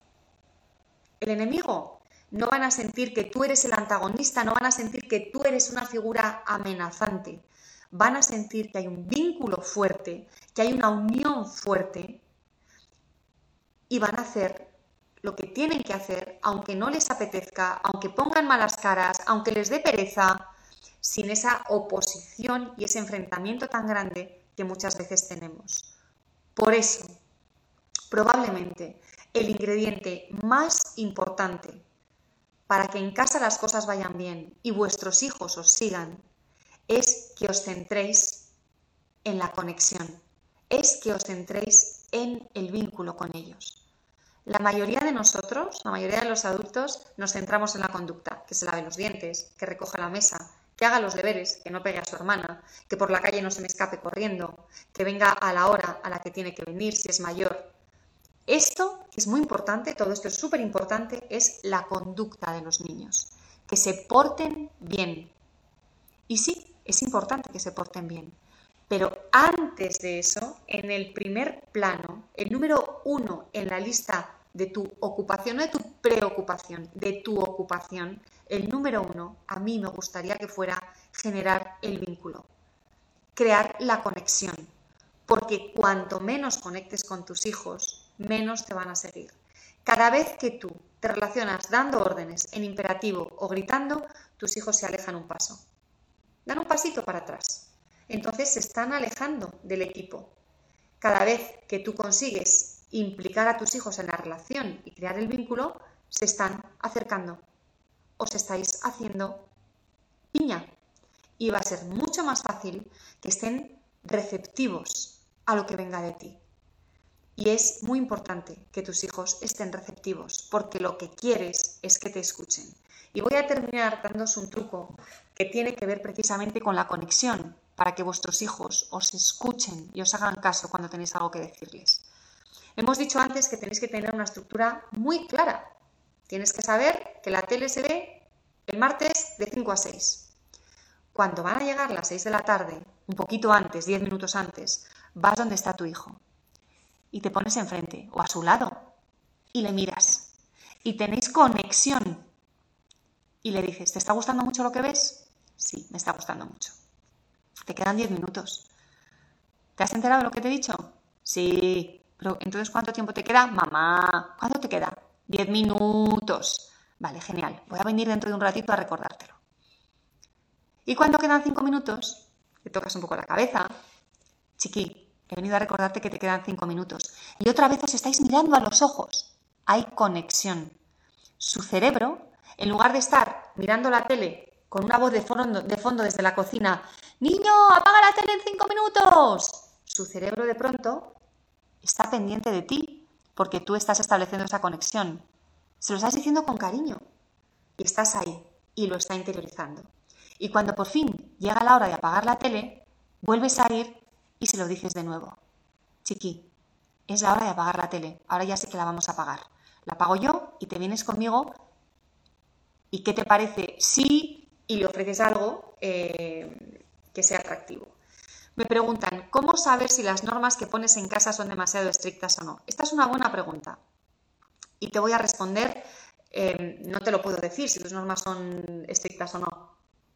el enemigo, no van a sentir que tú eres el antagonista, no van a sentir que tú eres una figura amenazante, van a sentir que hay un vínculo fuerte, que hay una unión fuerte y van a hacer lo que tienen que hacer, aunque no les apetezca, aunque pongan malas caras, aunque les dé pereza, sin esa oposición y ese enfrentamiento tan grande que muchas veces tenemos. Por eso, probablemente, el ingrediente más importante para que en casa las cosas vayan bien y vuestros hijos os sigan es que os centréis en la conexión, es que os centréis en el vínculo con ellos. La mayoría de nosotros, la mayoría de los adultos, nos centramos en la conducta, que se lave los dientes, que recoja la mesa, que haga los deberes, que no pegue a su hermana, que por la calle no se me escape corriendo, que venga a la hora a la que tiene que venir si es mayor. Esto es muy importante, todo esto es súper importante, es la conducta de los niños, que se porten bien. Y sí, es importante que se porten bien, pero antes de eso, en el primer plano, el número uno en la lista de tu ocupación, no de tu preocupación, de tu ocupación, el número uno, a mí me gustaría que fuera generar el vínculo, crear la conexión, porque cuanto menos conectes con tus hijos, menos te van a seguir. Cada vez que tú te relacionas dando órdenes en imperativo o gritando, tus hijos se alejan un paso, dan un pasito para atrás. Entonces se están alejando del equipo. Cada vez que tú consigues implicar a tus hijos en la relación y crear el vínculo, se están acercando. Os estáis haciendo piña. Y va a ser mucho más fácil que estén receptivos a lo que venga de ti. Y es muy importante que tus hijos estén receptivos, porque lo que quieres es que te escuchen. Y voy a terminar dándoos un truco que tiene que ver precisamente con la conexión, para que vuestros hijos os escuchen y os hagan caso cuando tenéis algo que decirles. Hemos dicho antes que tenéis que tener una estructura muy clara. Tienes que saber que la tele se ve el martes de cinco a seis. Cuando van a llegar las seis de la tarde, un poquito antes, diez minutos antes, vas donde está tu hijo y te pones enfrente o a su lado y le miras y tenéis conexión y le dices, ¿te está gustando mucho lo que ves? Sí, me está gustando mucho. Te quedan diez minutos. ¿Te has enterado de lo que te he dicho? Sí. Pero entonces, ¿cuánto tiempo te queda? Mamá, ¿cuánto te queda? diez minutos. Vale, genial. Voy a venir dentro de un ratito a recordártelo. ¿Y cuando quedan cinco minutos? Te tocas un poco la cabeza. Chiqui, he venido a recordarte que te quedan cinco minutos. Y otra vez os estáis mirando a los ojos. Hay conexión. Su cerebro, en lugar de estar mirando la tele con una voz de fondo, de fondo desde la cocina, ¡niño, apaga la tele en cinco minutos! Su cerebro de pronto está pendiente de ti, porque tú estás estableciendo esa conexión. Se lo estás diciendo con cariño y estás ahí y lo está interiorizando. Y cuando por fin llega la hora de apagar la tele, vuelves a ir y se lo dices de nuevo. Chiqui, es la hora de apagar la tele, ahora ya sé que la vamos a apagar. La apago yo y te vienes conmigo. ¿Y qué te parece si...? Y le ofreces algo eh, que sea atractivo. Me preguntan, ¿cómo saber si las normas que pones en casa son demasiado estrictas o no? Esta es una buena pregunta. Y te voy a responder, eh, no te lo puedo decir si tus normas son estrictas o no.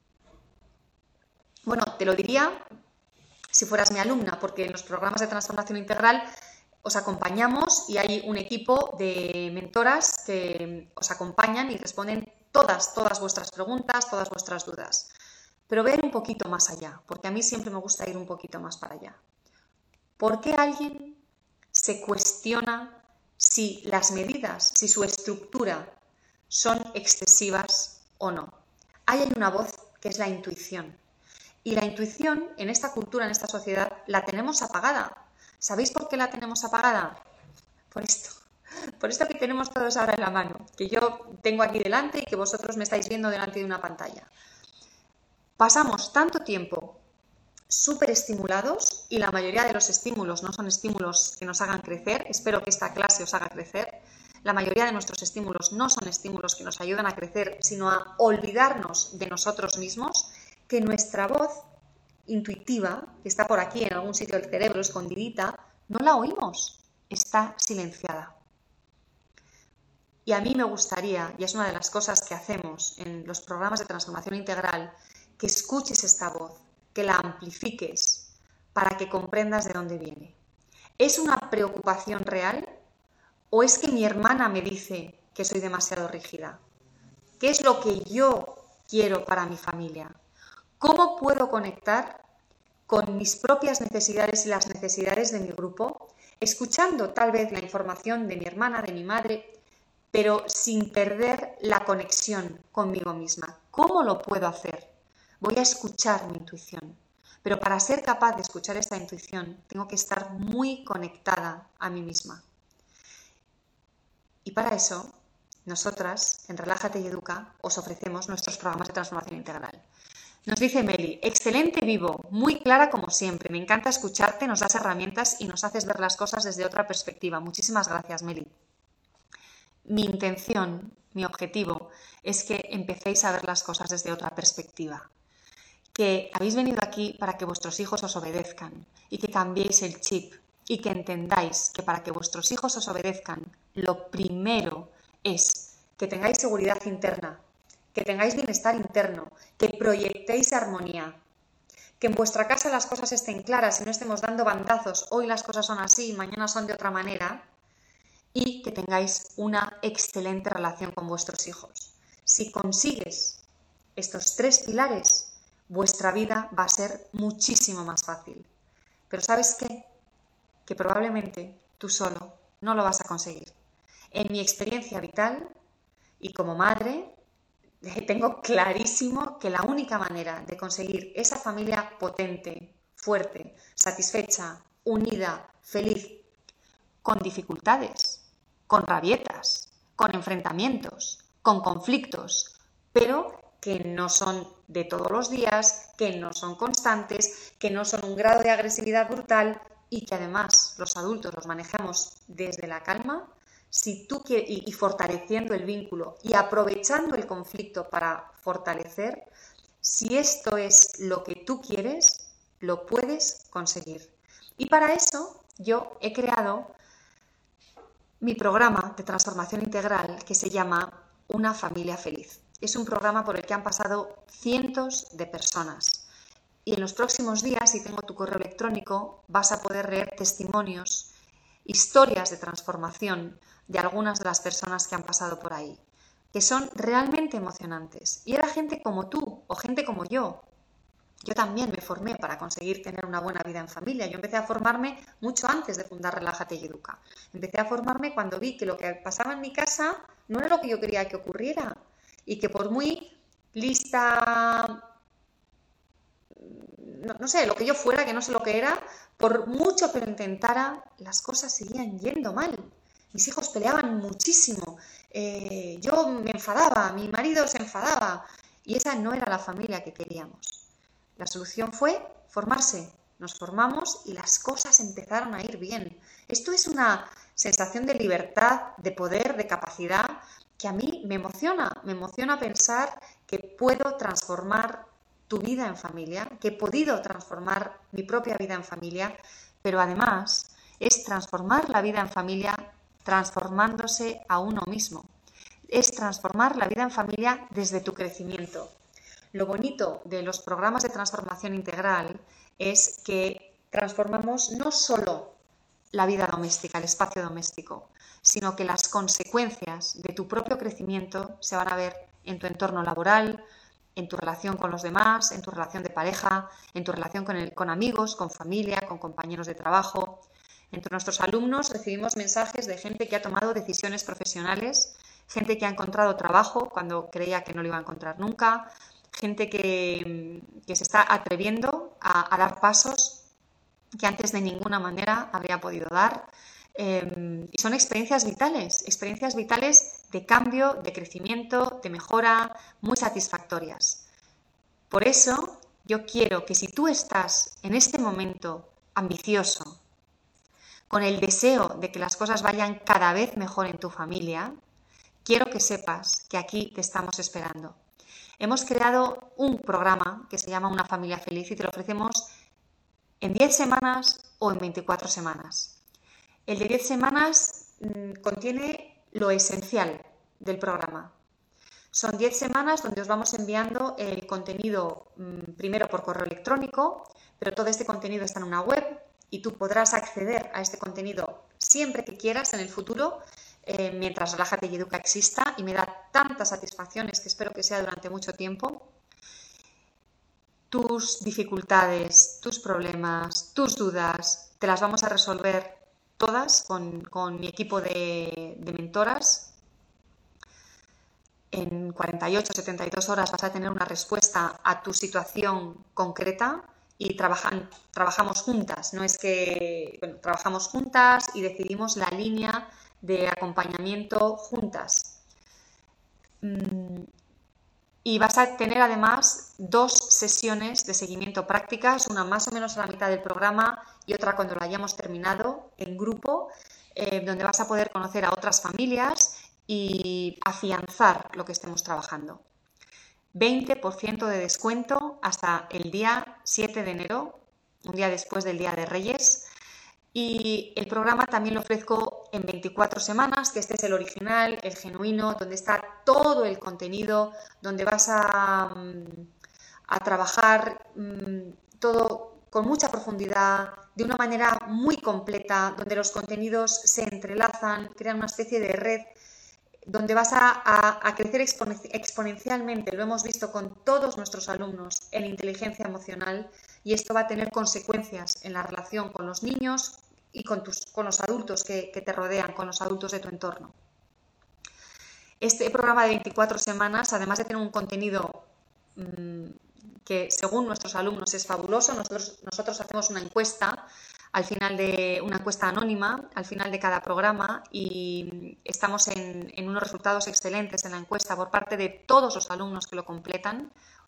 Bueno, te lo diría si fueras mi alumna, porque en los programas de transformación integral os acompañamos y hay un equipo de mentoras que os acompañan y responden todas, todas vuestras preguntas, todas vuestras dudas. Pero ver un poquito más allá, porque a mí siempre me gusta ir un poquito más para allá. ¿Por qué alguien se cuestiona si las medidas, si su estructura son excesivas o no? Ahí hay una voz que es la intuición. Y la intuición en esta cultura, en esta sociedad, la tenemos apagada. ¿Sabéis por qué la tenemos apagada? Por esto. Por esto que tenemos todos ahora en la mano, que yo tengo aquí delante y que vosotros me estáis viendo delante de una pantalla. Pasamos tanto tiempo súper estimulados y la mayoría de los estímulos no son estímulos que nos hagan crecer. Espero que esta clase os haga crecer. La mayoría de nuestros estímulos no son estímulos que nos ayudan a crecer, sino a olvidarnos de nosotros mismos, que nuestra voz intuitiva, que está por aquí en algún sitio del cerebro escondidita, no la oímos, está silenciada. Y a mí me gustaría, y es una de las cosas que hacemos en los programas de transformación integral, que escuches esta voz, que la amplifiques para que comprendas de dónde viene. ¿Es una preocupación real o es que mi hermana me dice que soy demasiado rígida? ¿Qué es lo que yo quiero para mi familia? ¿Cómo puedo conectar con mis propias necesidades y las necesidades de mi grupo, escuchando tal vez la información de mi hermana, de mi madre, pero sin perder la conexión conmigo misma? ¿Cómo lo puedo hacer? Voy a escuchar mi intuición. Pero para ser capaz de escuchar esta intuición, tengo que estar muy conectada a mí misma. Y para eso, nosotras, en Relájate y Educa, os ofrecemos nuestros programas de transformación integral. Nos dice Meli, excelente Vivo, muy clara como siempre, me encanta escucharte, nos das herramientas y nos haces ver las cosas desde otra perspectiva. Muchísimas gracias, Meli. Mi intención, mi objetivo, es que empecéis a ver las cosas desde otra perspectiva. Que habéis venido aquí para que vuestros hijos os obedezcan y que cambiéis el chip y que entendáis que para que vuestros hijos os obedezcan, lo primero es que tengáis seguridad interna, que tengáis bienestar interno, que proyectéis armonía, que en vuestra casa las cosas estén claras y no estemos dando bandazos, hoy las cosas son así y mañana son de otra manera, y que tengáis una excelente relación con vuestros hijos. Si consigues estos tres pilares, vuestra vida va a ser muchísimo más fácil. Pero ¿sabes qué? Que probablemente tú solo no lo vas a conseguir. En mi experiencia vital y como madre, tengo clarísimo que la única manera de conseguir esa familia potente, fuerte, satisfecha, unida, feliz, con dificultades, con rabietas, con enfrentamientos, con conflictos, pero que no son de todos los días, que no son constantes, que no son un grado de agresividad brutal y que además los adultos los manejamos desde la calma, si tú quieres, y, y fortaleciendo el vínculo y aprovechando el conflicto para fortalecer, si esto es lo que tú quieres, lo puedes conseguir. Y para eso yo he creado mi programa de transformación integral que se llama Una familia feliz. Es un programa por el que han pasado cientos de personas. Y en los próximos días, si tengo tu correo electrónico, vas a poder leer testimonios, historias de transformación de algunas de las personas que han pasado por ahí, que son realmente emocionantes. Y era gente como tú o gente como yo. Yo también me formé para conseguir tener una buena vida en familia. Yo empecé a formarme mucho antes de fundar Relájate y Educa. Empecé a formarme cuando vi que lo que pasaba en mi casa no era lo que yo quería que ocurriera. Y que por muy lista, no, no sé, lo que yo fuera, que no sé lo que era, por mucho que lo intentara, las cosas seguían yendo mal. Mis hijos peleaban muchísimo. Eh, yo me enfadaba, mi marido se enfadaba. Y esa no era la familia que queríamos. La solución fue formarse. Nos formamos y las cosas empezaron a ir bien. Esto es una sensación de libertad, de poder, de capacidad, que a mí me emociona. Me emociona pensar que puedo transformar tu vida en familia, que he podido transformar mi propia vida en familia, pero además es transformar la vida en familia transformándose a uno mismo. Es transformar la vida en familia desde tu crecimiento. Lo bonito de los programas de transformación integral es que transformamos no solo la vida doméstica, el espacio doméstico, sino que las consecuencias de tu propio crecimiento se van a ver en tu entorno laboral, en tu relación con los demás, en tu relación de pareja, en tu relación con, el, con amigos, con familia, con compañeros de trabajo. Entre nuestros alumnos recibimos mensajes de gente que ha tomado decisiones profesionales, gente que ha encontrado trabajo cuando creía que no lo iba a encontrar nunca, gente que, que se está atreviendo a, a dar pasos que antes de ninguna manera habría podido dar. Eh, y son experiencias vitales, experiencias vitales de cambio, de crecimiento, de mejora, muy satisfactorias. Por eso yo quiero que si tú estás en este momento ambicioso, con el deseo de que las cosas vayan cada vez mejor en tu familia, quiero que sepas que aquí te estamos esperando. Hemos creado un programa que se llama Una familia feliz y te lo ofrecemos en diez semanas o en veinticuatro semanas. El de diez semanas mmm, contiene lo esencial del programa. Son diez semanas donde os vamos enviando el contenido mmm, primero por correo electrónico, pero todo este contenido está en una web y tú podrás acceder a este contenido siempre que quieras en el futuro, eh, mientras Relájate y Educa exista, y me da tantas satisfacciones que espero que sea durante mucho tiempo. Tus dificultades, tus problemas, tus dudas, te las vamos a resolver todas con, con mi equipo de, de mentoras. En cuarenta y ocho a setenta y dos horas vas a tener una respuesta a tu situación concreta y trabajan, trabajamos juntas. No es que, bueno, trabajamos juntas y decidimos la línea de acompañamiento juntas. Y vas a tener además dos sesiones de seguimiento prácticas, una más o menos a la mitad del programa y otra cuando lo hayamos terminado en grupo, eh, donde vas a poder conocer a otras familias y afianzar lo que estemos trabajando. veinte por ciento de descuento hasta el día siete de enero, un día después del Día de Reyes. Y el programa también lo ofrezco en veinticuatro semanas, que este es el original, el genuino, donde está todo el contenido, donde vas a, a trabajar mmm, todo con mucha profundidad, de una manera muy completa, donde los contenidos se entrelazan, crean una especie de red, donde vas a, a, a crecer exponencialmente. Lo hemos visto con todos nuestros alumnos en inteligencia emocional, y esto va a tener consecuencias en la relación con los niños y con, tus, con los adultos que, que te rodean, con los adultos de tu entorno. Este programa de veinticuatro semanas, además de tener un contenido mmm, que según nuestros alumnos es fabuloso, nosotros, nosotros hacemos una encuesta al final de una encuesta anónima al final de cada programa, y estamos en, en unos resultados excelentes en la encuesta por parte de todos los alumnos que lo completan.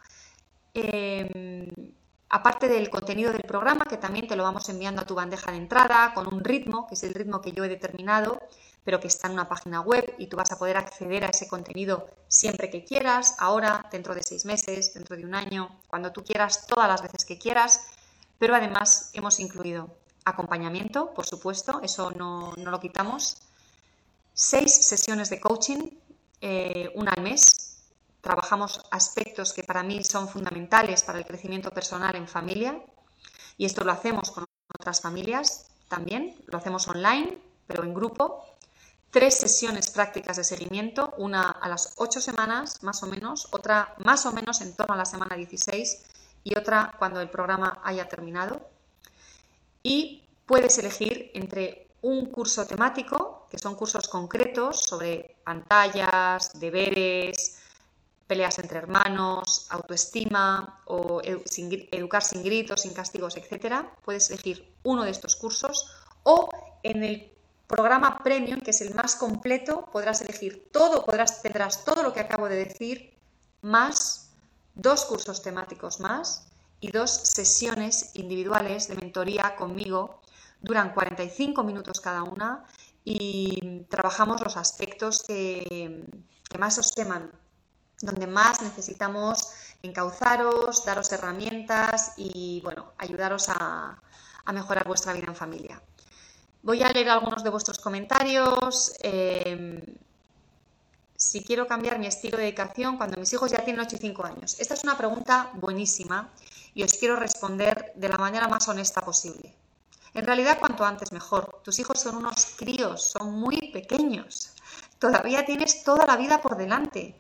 Eh, aparte del contenido del programa, que también te lo vamos enviando a tu bandeja de entrada con un ritmo, que es el ritmo que yo he determinado, pero que está en una página web, y tú vas a poder acceder a ese contenido siempre que quieras, ahora, dentro de seis meses, dentro de un año, cuando tú quieras, todas las veces que quieras. Pero además hemos incluido acompañamiento, por supuesto, eso no, no lo quitamos, seis sesiones de coaching, eh, una al mes. Trabajamos aspectos que para mí son fundamentales para el crecimiento personal en familia, y esto lo hacemos con otras familias también, lo hacemos online, pero en grupo. Tres sesiones prácticas de seguimiento, una a las ocho semanas más o menos, otra más o menos en torno a la semana dieciséis y otra cuando el programa haya terminado. Y puedes elegir entre un curso temático, que son cursos concretos sobre pantallas, deberes, peleas entre hermanos, autoestima o edu- sin, educar sin gritos, sin castigos, etcétera. Puedes elegir uno de estos cursos, o en el programa Premium, que es el más completo, podrás elegir todo, podrás, tendrás todo lo que acabo de decir, más dos cursos temáticos más y dos sesiones individuales de mentoría conmigo. Duran cuarenta y cinco minutos cada una y trabajamos los aspectos que, que más os queman, donde más necesitamos encauzaros, daros herramientas y, bueno, ayudaros a, a mejorar vuestra vida en familia. Voy a leer algunos de vuestros comentarios. Eh, si quiero cambiar mi estilo de dedicación cuando mis hijos ya tienen ocho y cinco años. Esta es una pregunta buenísima y os quiero responder de la manera más honesta posible. En realidad, cuanto antes mejor. Tus hijos son unos críos, son muy pequeños. Todavía tienes toda la vida por delante.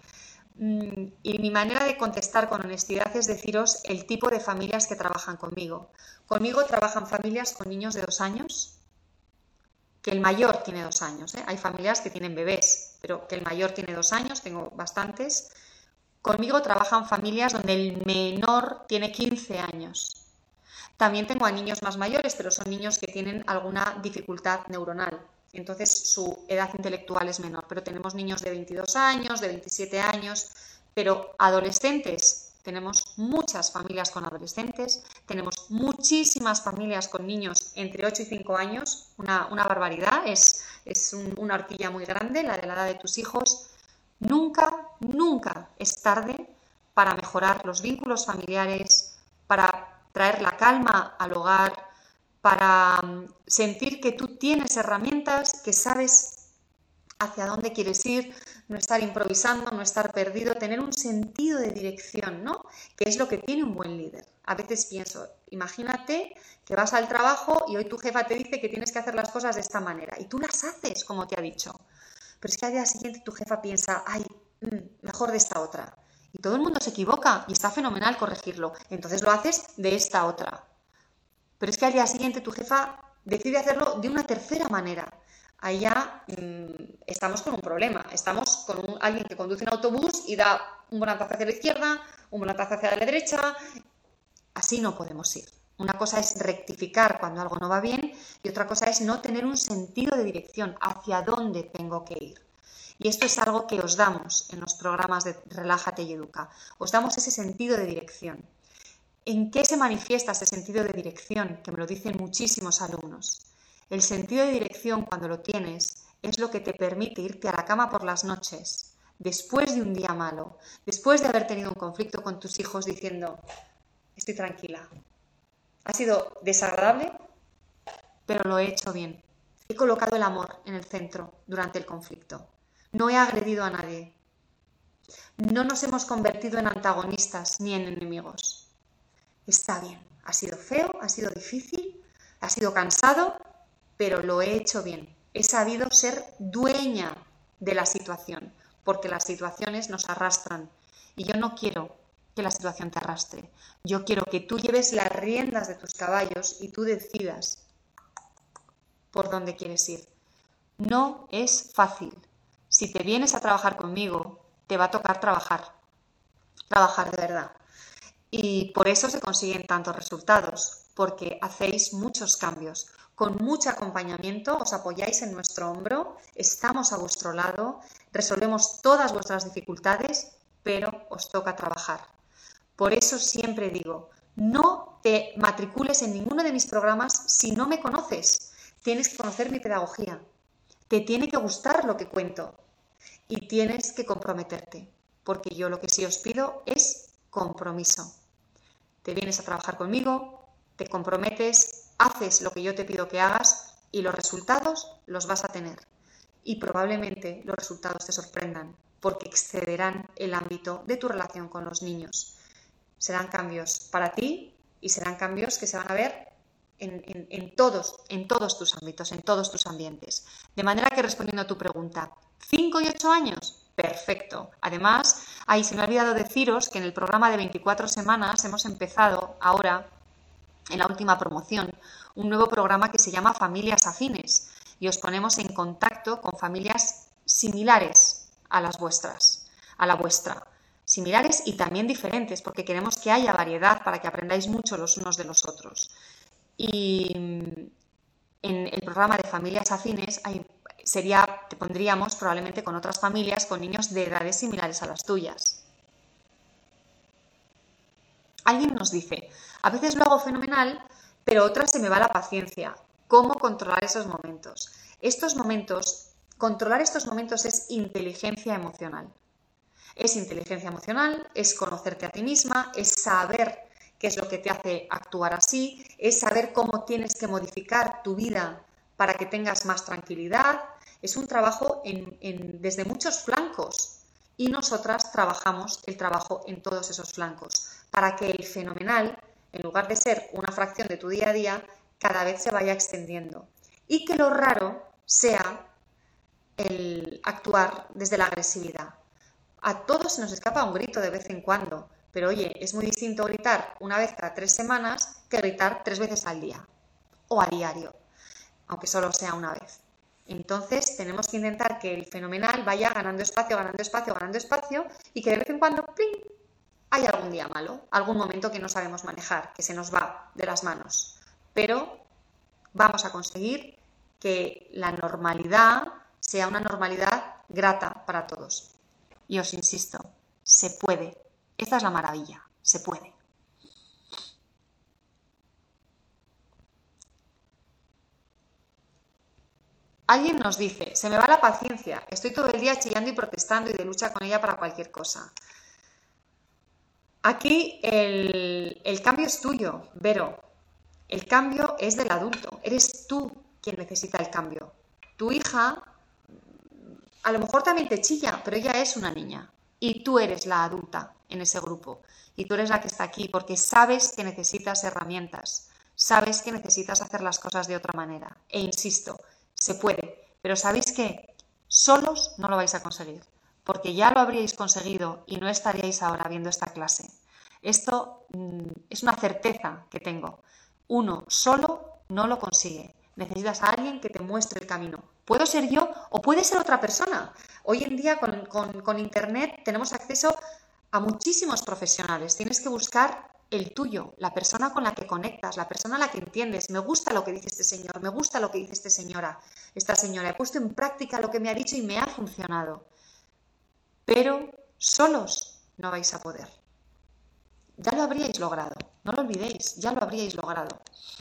Y mi manera de contestar con honestidad es deciros el tipo de familias que trabajan conmigo. Conmigo trabajan familias con niños de dos años, que el mayor tiene dos años, ¿eh? Hay familias que tienen bebés, pero que el mayor tiene dos años, tengo bastantes. Conmigo trabajan familias donde el menor tiene quince años. También tengo a niños más mayores, pero son niños que tienen alguna dificultad neuronal. Entonces su edad intelectual es menor, pero tenemos niños de veintidós años, de veintisiete años, pero adolescentes. Tenemos muchas familias con adolescentes, tenemos muchísimas familias con niños entre ocho y cinco años, una, una barbaridad, es, es un, una horquilla muy grande, la de la edad de tus hijos. Nunca, nunca es tarde para mejorar los vínculos familiares, para traer la calma al hogar, para sentir que tú tienes herramientas, que sabes hacia dónde quieres ir, no estar improvisando, no estar perdido, tener un sentido de dirección, ¿no? Que es lo que tiene un buen líder. A veces pienso, imagínate que vas al trabajo y hoy tu jefa te dice que tienes que hacer las cosas de esta manera y tú las haces como te ha dicho. Pero es que al día siguiente tu jefa piensa, ay, mejor de esta otra. Y todo el mundo se equivoca y está fenomenal corregirlo. Entonces lo haces de esta otra. Pero es que al día siguiente tu jefa decide hacerlo de una tercera manera. Ahí ya mmm, estamos con un problema. Estamos con un, alguien que conduce un autobús y da un volantazo hacia la izquierda, un volantazo hacia la derecha. Así no podemos ir. Una cosa es rectificar cuando algo no va bien y otra cosa es no tener un sentido de dirección hacia dónde tengo que ir. Y esto es algo que os damos en los programas de Relájate y Educa. Os damos ese sentido de dirección. ¿En qué se manifiesta ese sentido de dirección? Que me lo dicen muchísimos alumnos. El sentido de dirección, cuando lo tienes, es lo que te permite irte a la cama por las noches, después de un día malo, después de haber tenido un conflicto con tus hijos, diciendo, estoy tranquila. Ha sido desagradable, pero lo he hecho bien. He colocado el amor en el centro durante el conflicto. No he agredido a nadie. No nos hemos convertido en antagonistas ni en enemigos. Está bien. Ha sido feo, ha sido difícil, ha sido cansado, pero lo he hecho bien. He sabido ser dueña de la situación, porque las situaciones nos arrastran. Y yo no quiero que la situación te arrastre. Yo quiero que tú lleves las riendas de tus caballos y tú decidas por dónde quieres ir. No es fácil. Si te vienes a trabajar conmigo, te va a tocar trabajar. Trabajar de verdad. Y por eso se consiguen tantos resultados, porque hacéis muchos cambios. Con mucho acompañamiento os apoyáis en nuestro hombro, estamos a vuestro lado, resolvemos todas vuestras dificultades, pero os toca trabajar. Por eso siempre digo, no te matricules en ninguno de mis programas si no me conoces. Tienes que conocer mi pedagogía, te tiene que gustar lo que cuento y tienes que comprometerte, porque yo lo que sí os pido es compromiso. Te vienes a trabajar conmigo, te comprometes, haces lo que yo te pido que hagas y los resultados los vas a tener. Y probablemente los resultados te sorprendan, porque excederán el ámbito de tu relación con los niños. Serán cambios para ti y serán cambios que se van a ver En, en, en, todos, en todos tus ámbitos, en todos tus ambientes. De manera que, respondiendo a tu pregunta, ¿cinco y ocho años? Perfecto. Además, ahí se me ha olvidado deciros que en el programa de veinticuatro semanas hemos empezado ahora, en la última promoción, un nuevo programa que se llama Familias Afines y os ponemos en contacto con familias similares a las vuestras, a la vuestra. Similares y también diferentes, porque queremos que haya variedad para que aprendáis mucho los unos de los otros. Y en el programa de familias afines hay, sería, te pondríamos probablemente con otras familias con niños de edades similares a las tuyas. Alguien nos dice, a veces lo hago fenomenal, pero otras se me va la paciencia. ¿Cómo controlar esos momentos? Estos momentos, controlar estos momentos es inteligencia emocional. Es inteligencia emocional, es conocerte a ti misma, es saber qué es lo que te hace actuar así, es saber cómo tienes que modificar tu vida para que tengas más tranquilidad. Es un trabajo en, en, desde muchos flancos y nosotras trabajamos el trabajo en todos esos flancos para que el fenomenal, en lugar de ser una fracción de tu día a día, cada vez se vaya extendiendo y que lo raro sea el actuar desde la agresividad. A todos se nos escapa un grito de vez en cuando. Pero oye, es muy distinto gritar una vez cada tres semanas que gritar tres veces al día o a diario, aunque solo sea una vez. Entonces tenemos que intentar que el fenomenal vaya ganando espacio, ganando espacio, ganando espacio y que de vez en cuando ¡pling!, hay algún día malo, algún momento que no sabemos manejar, que se nos va de las manos. Pero vamos a conseguir que la normalidad sea una normalidad grata para todos. Y os insisto, se puede. Esta es la maravilla, se puede. Alguien nos dice, se me va la paciencia, estoy todo el día chillando y protestando y de lucha con ella para cualquier cosa. Aquí el, el cambio es tuyo, Vero. El cambio es del adulto, eres tú quien necesita el cambio. Tu hija a lo mejor también te chilla, pero ella es una niña y tú eres la adulta en ese grupo y tú eres la que está aquí porque sabes que necesitas herramientas, sabes que necesitas hacer las cosas de otra manera e insisto, se puede, pero ¿sabéis qué? Solos no lo vais a conseguir porque ya lo habríais conseguido y no estaríais ahora viendo esta clase. Esto mmm, es una certeza que tengo. Uno solo no lo consigue. Necesitas a alguien que te muestre el camino. Puedo ser yo o puede ser otra persona. Hoy en día con, con, con internet tenemos acceso a muchísimos profesionales. Tienes que buscar el tuyo, la persona con la que conectas, la persona a la que entiendes. Me gusta lo que dice este señor, me gusta lo que dice esta señora, esta señora. He puesto en práctica lo que me ha dicho y me ha funcionado. Pero solos no vais a poder. Ya lo habríais logrado, no lo olvidéis, ya lo habríais logrado.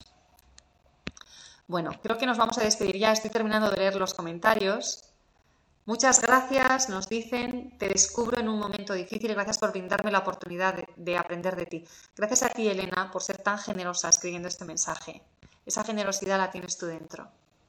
Bueno, creo que nos vamos a despedir ya, estoy terminando de leer los comentarios. Muchas gracias, nos dicen, te descubro en un momento difícil y gracias por brindarme la oportunidad de, de aprender de ti. Gracias a ti, Elena, por ser tan generosa escribiendo este mensaje. Esa generosidad la tienes tú dentro.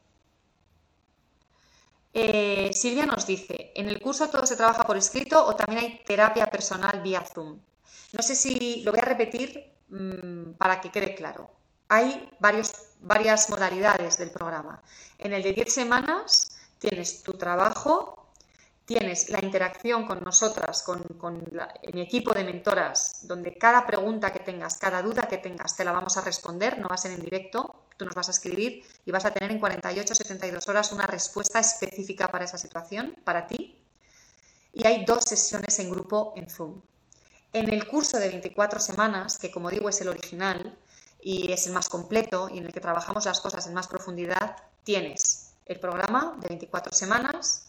Eh, Silvia nos dice, ¿en el curso todo se trabaja por escrito o también hay terapia personal vía Zoom? No sé si lo voy a repetir mmm, para que quede claro. Hay varios, varias modalidades del programa. En el de diez semanas tienes tu trabajo, tienes la interacción con nosotras, con, con la, mi equipo de mentoras, donde cada pregunta que tengas, cada duda que tengas, te la vamos a responder, no va a ser en directo. Tú nos vas a escribir y vas a tener en cuarenta y ocho a setenta y dos horas una respuesta específica para esa situación, para ti. Y hay dos sesiones en grupo en Zoom. En el curso de veinticuatro semanas, que como digo es el original y es el más completo y en el que trabajamos las cosas en más profundidad, tienes el programa de veinticuatro semanas,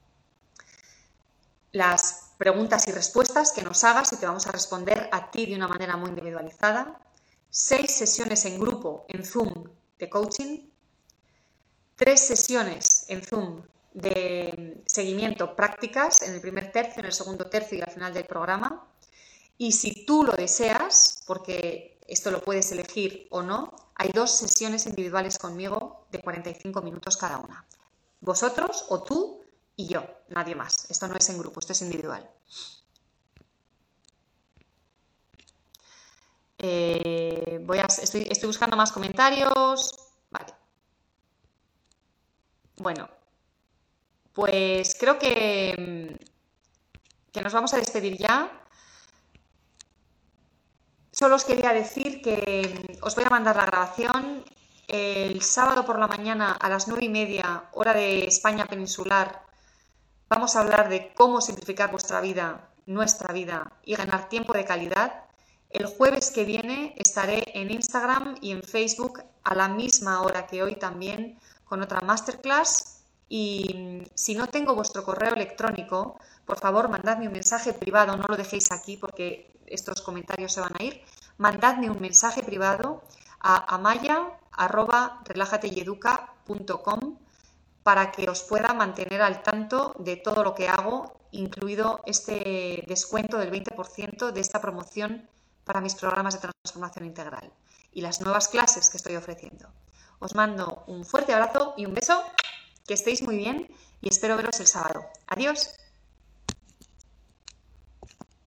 las preguntas y respuestas que nos hagas y te vamos a responder a ti de una manera muy individualizada, seis sesiones en grupo en Zoom de coaching, tres sesiones en Zoom de seguimiento prácticas en el primer tercio, en el segundo tercio y al final del programa. Y si tú lo deseas, porque esto lo puedes elegir o no, hay dos sesiones individuales conmigo de cuarenta y cinco minutos cada una. Vosotros o tú y yo, nadie más. Esto no es en grupo, esto es individual. Eh, voy a, estoy, estoy buscando más comentarios. Vale. Bueno, pues creo que, que nos vamos a despedir ya. Solo os quería decir que os voy a mandar la grabación el sábado por la mañana a las nueve y media, hora de España peninsular. Vamos a hablar de cómo simplificar vuestra vida, nuestra vida y ganar tiempo de calidad. El jueves que viene estaré en Instagram y en Facebook a la misma hora que hoy también con otra masterclass. Y si no tengo vuestro correo electrónico, por favor mandadme un mensaje privado, no lo dejéis aquí porque estos comentarios se van a ir. Mandadme un mensaje privado a amaya arroba relájateyeduca punto com para que os pueda mantener al tanto de todo lo que hago, incluido este descuento del veinte por ciento de esta promoción para mis programas de transformación integral y las nuevas clases que estoy ofreciendo. Os mando un fuerte abrazo y un beso, que estéis muy bien y espero veros el sábado. Adiós.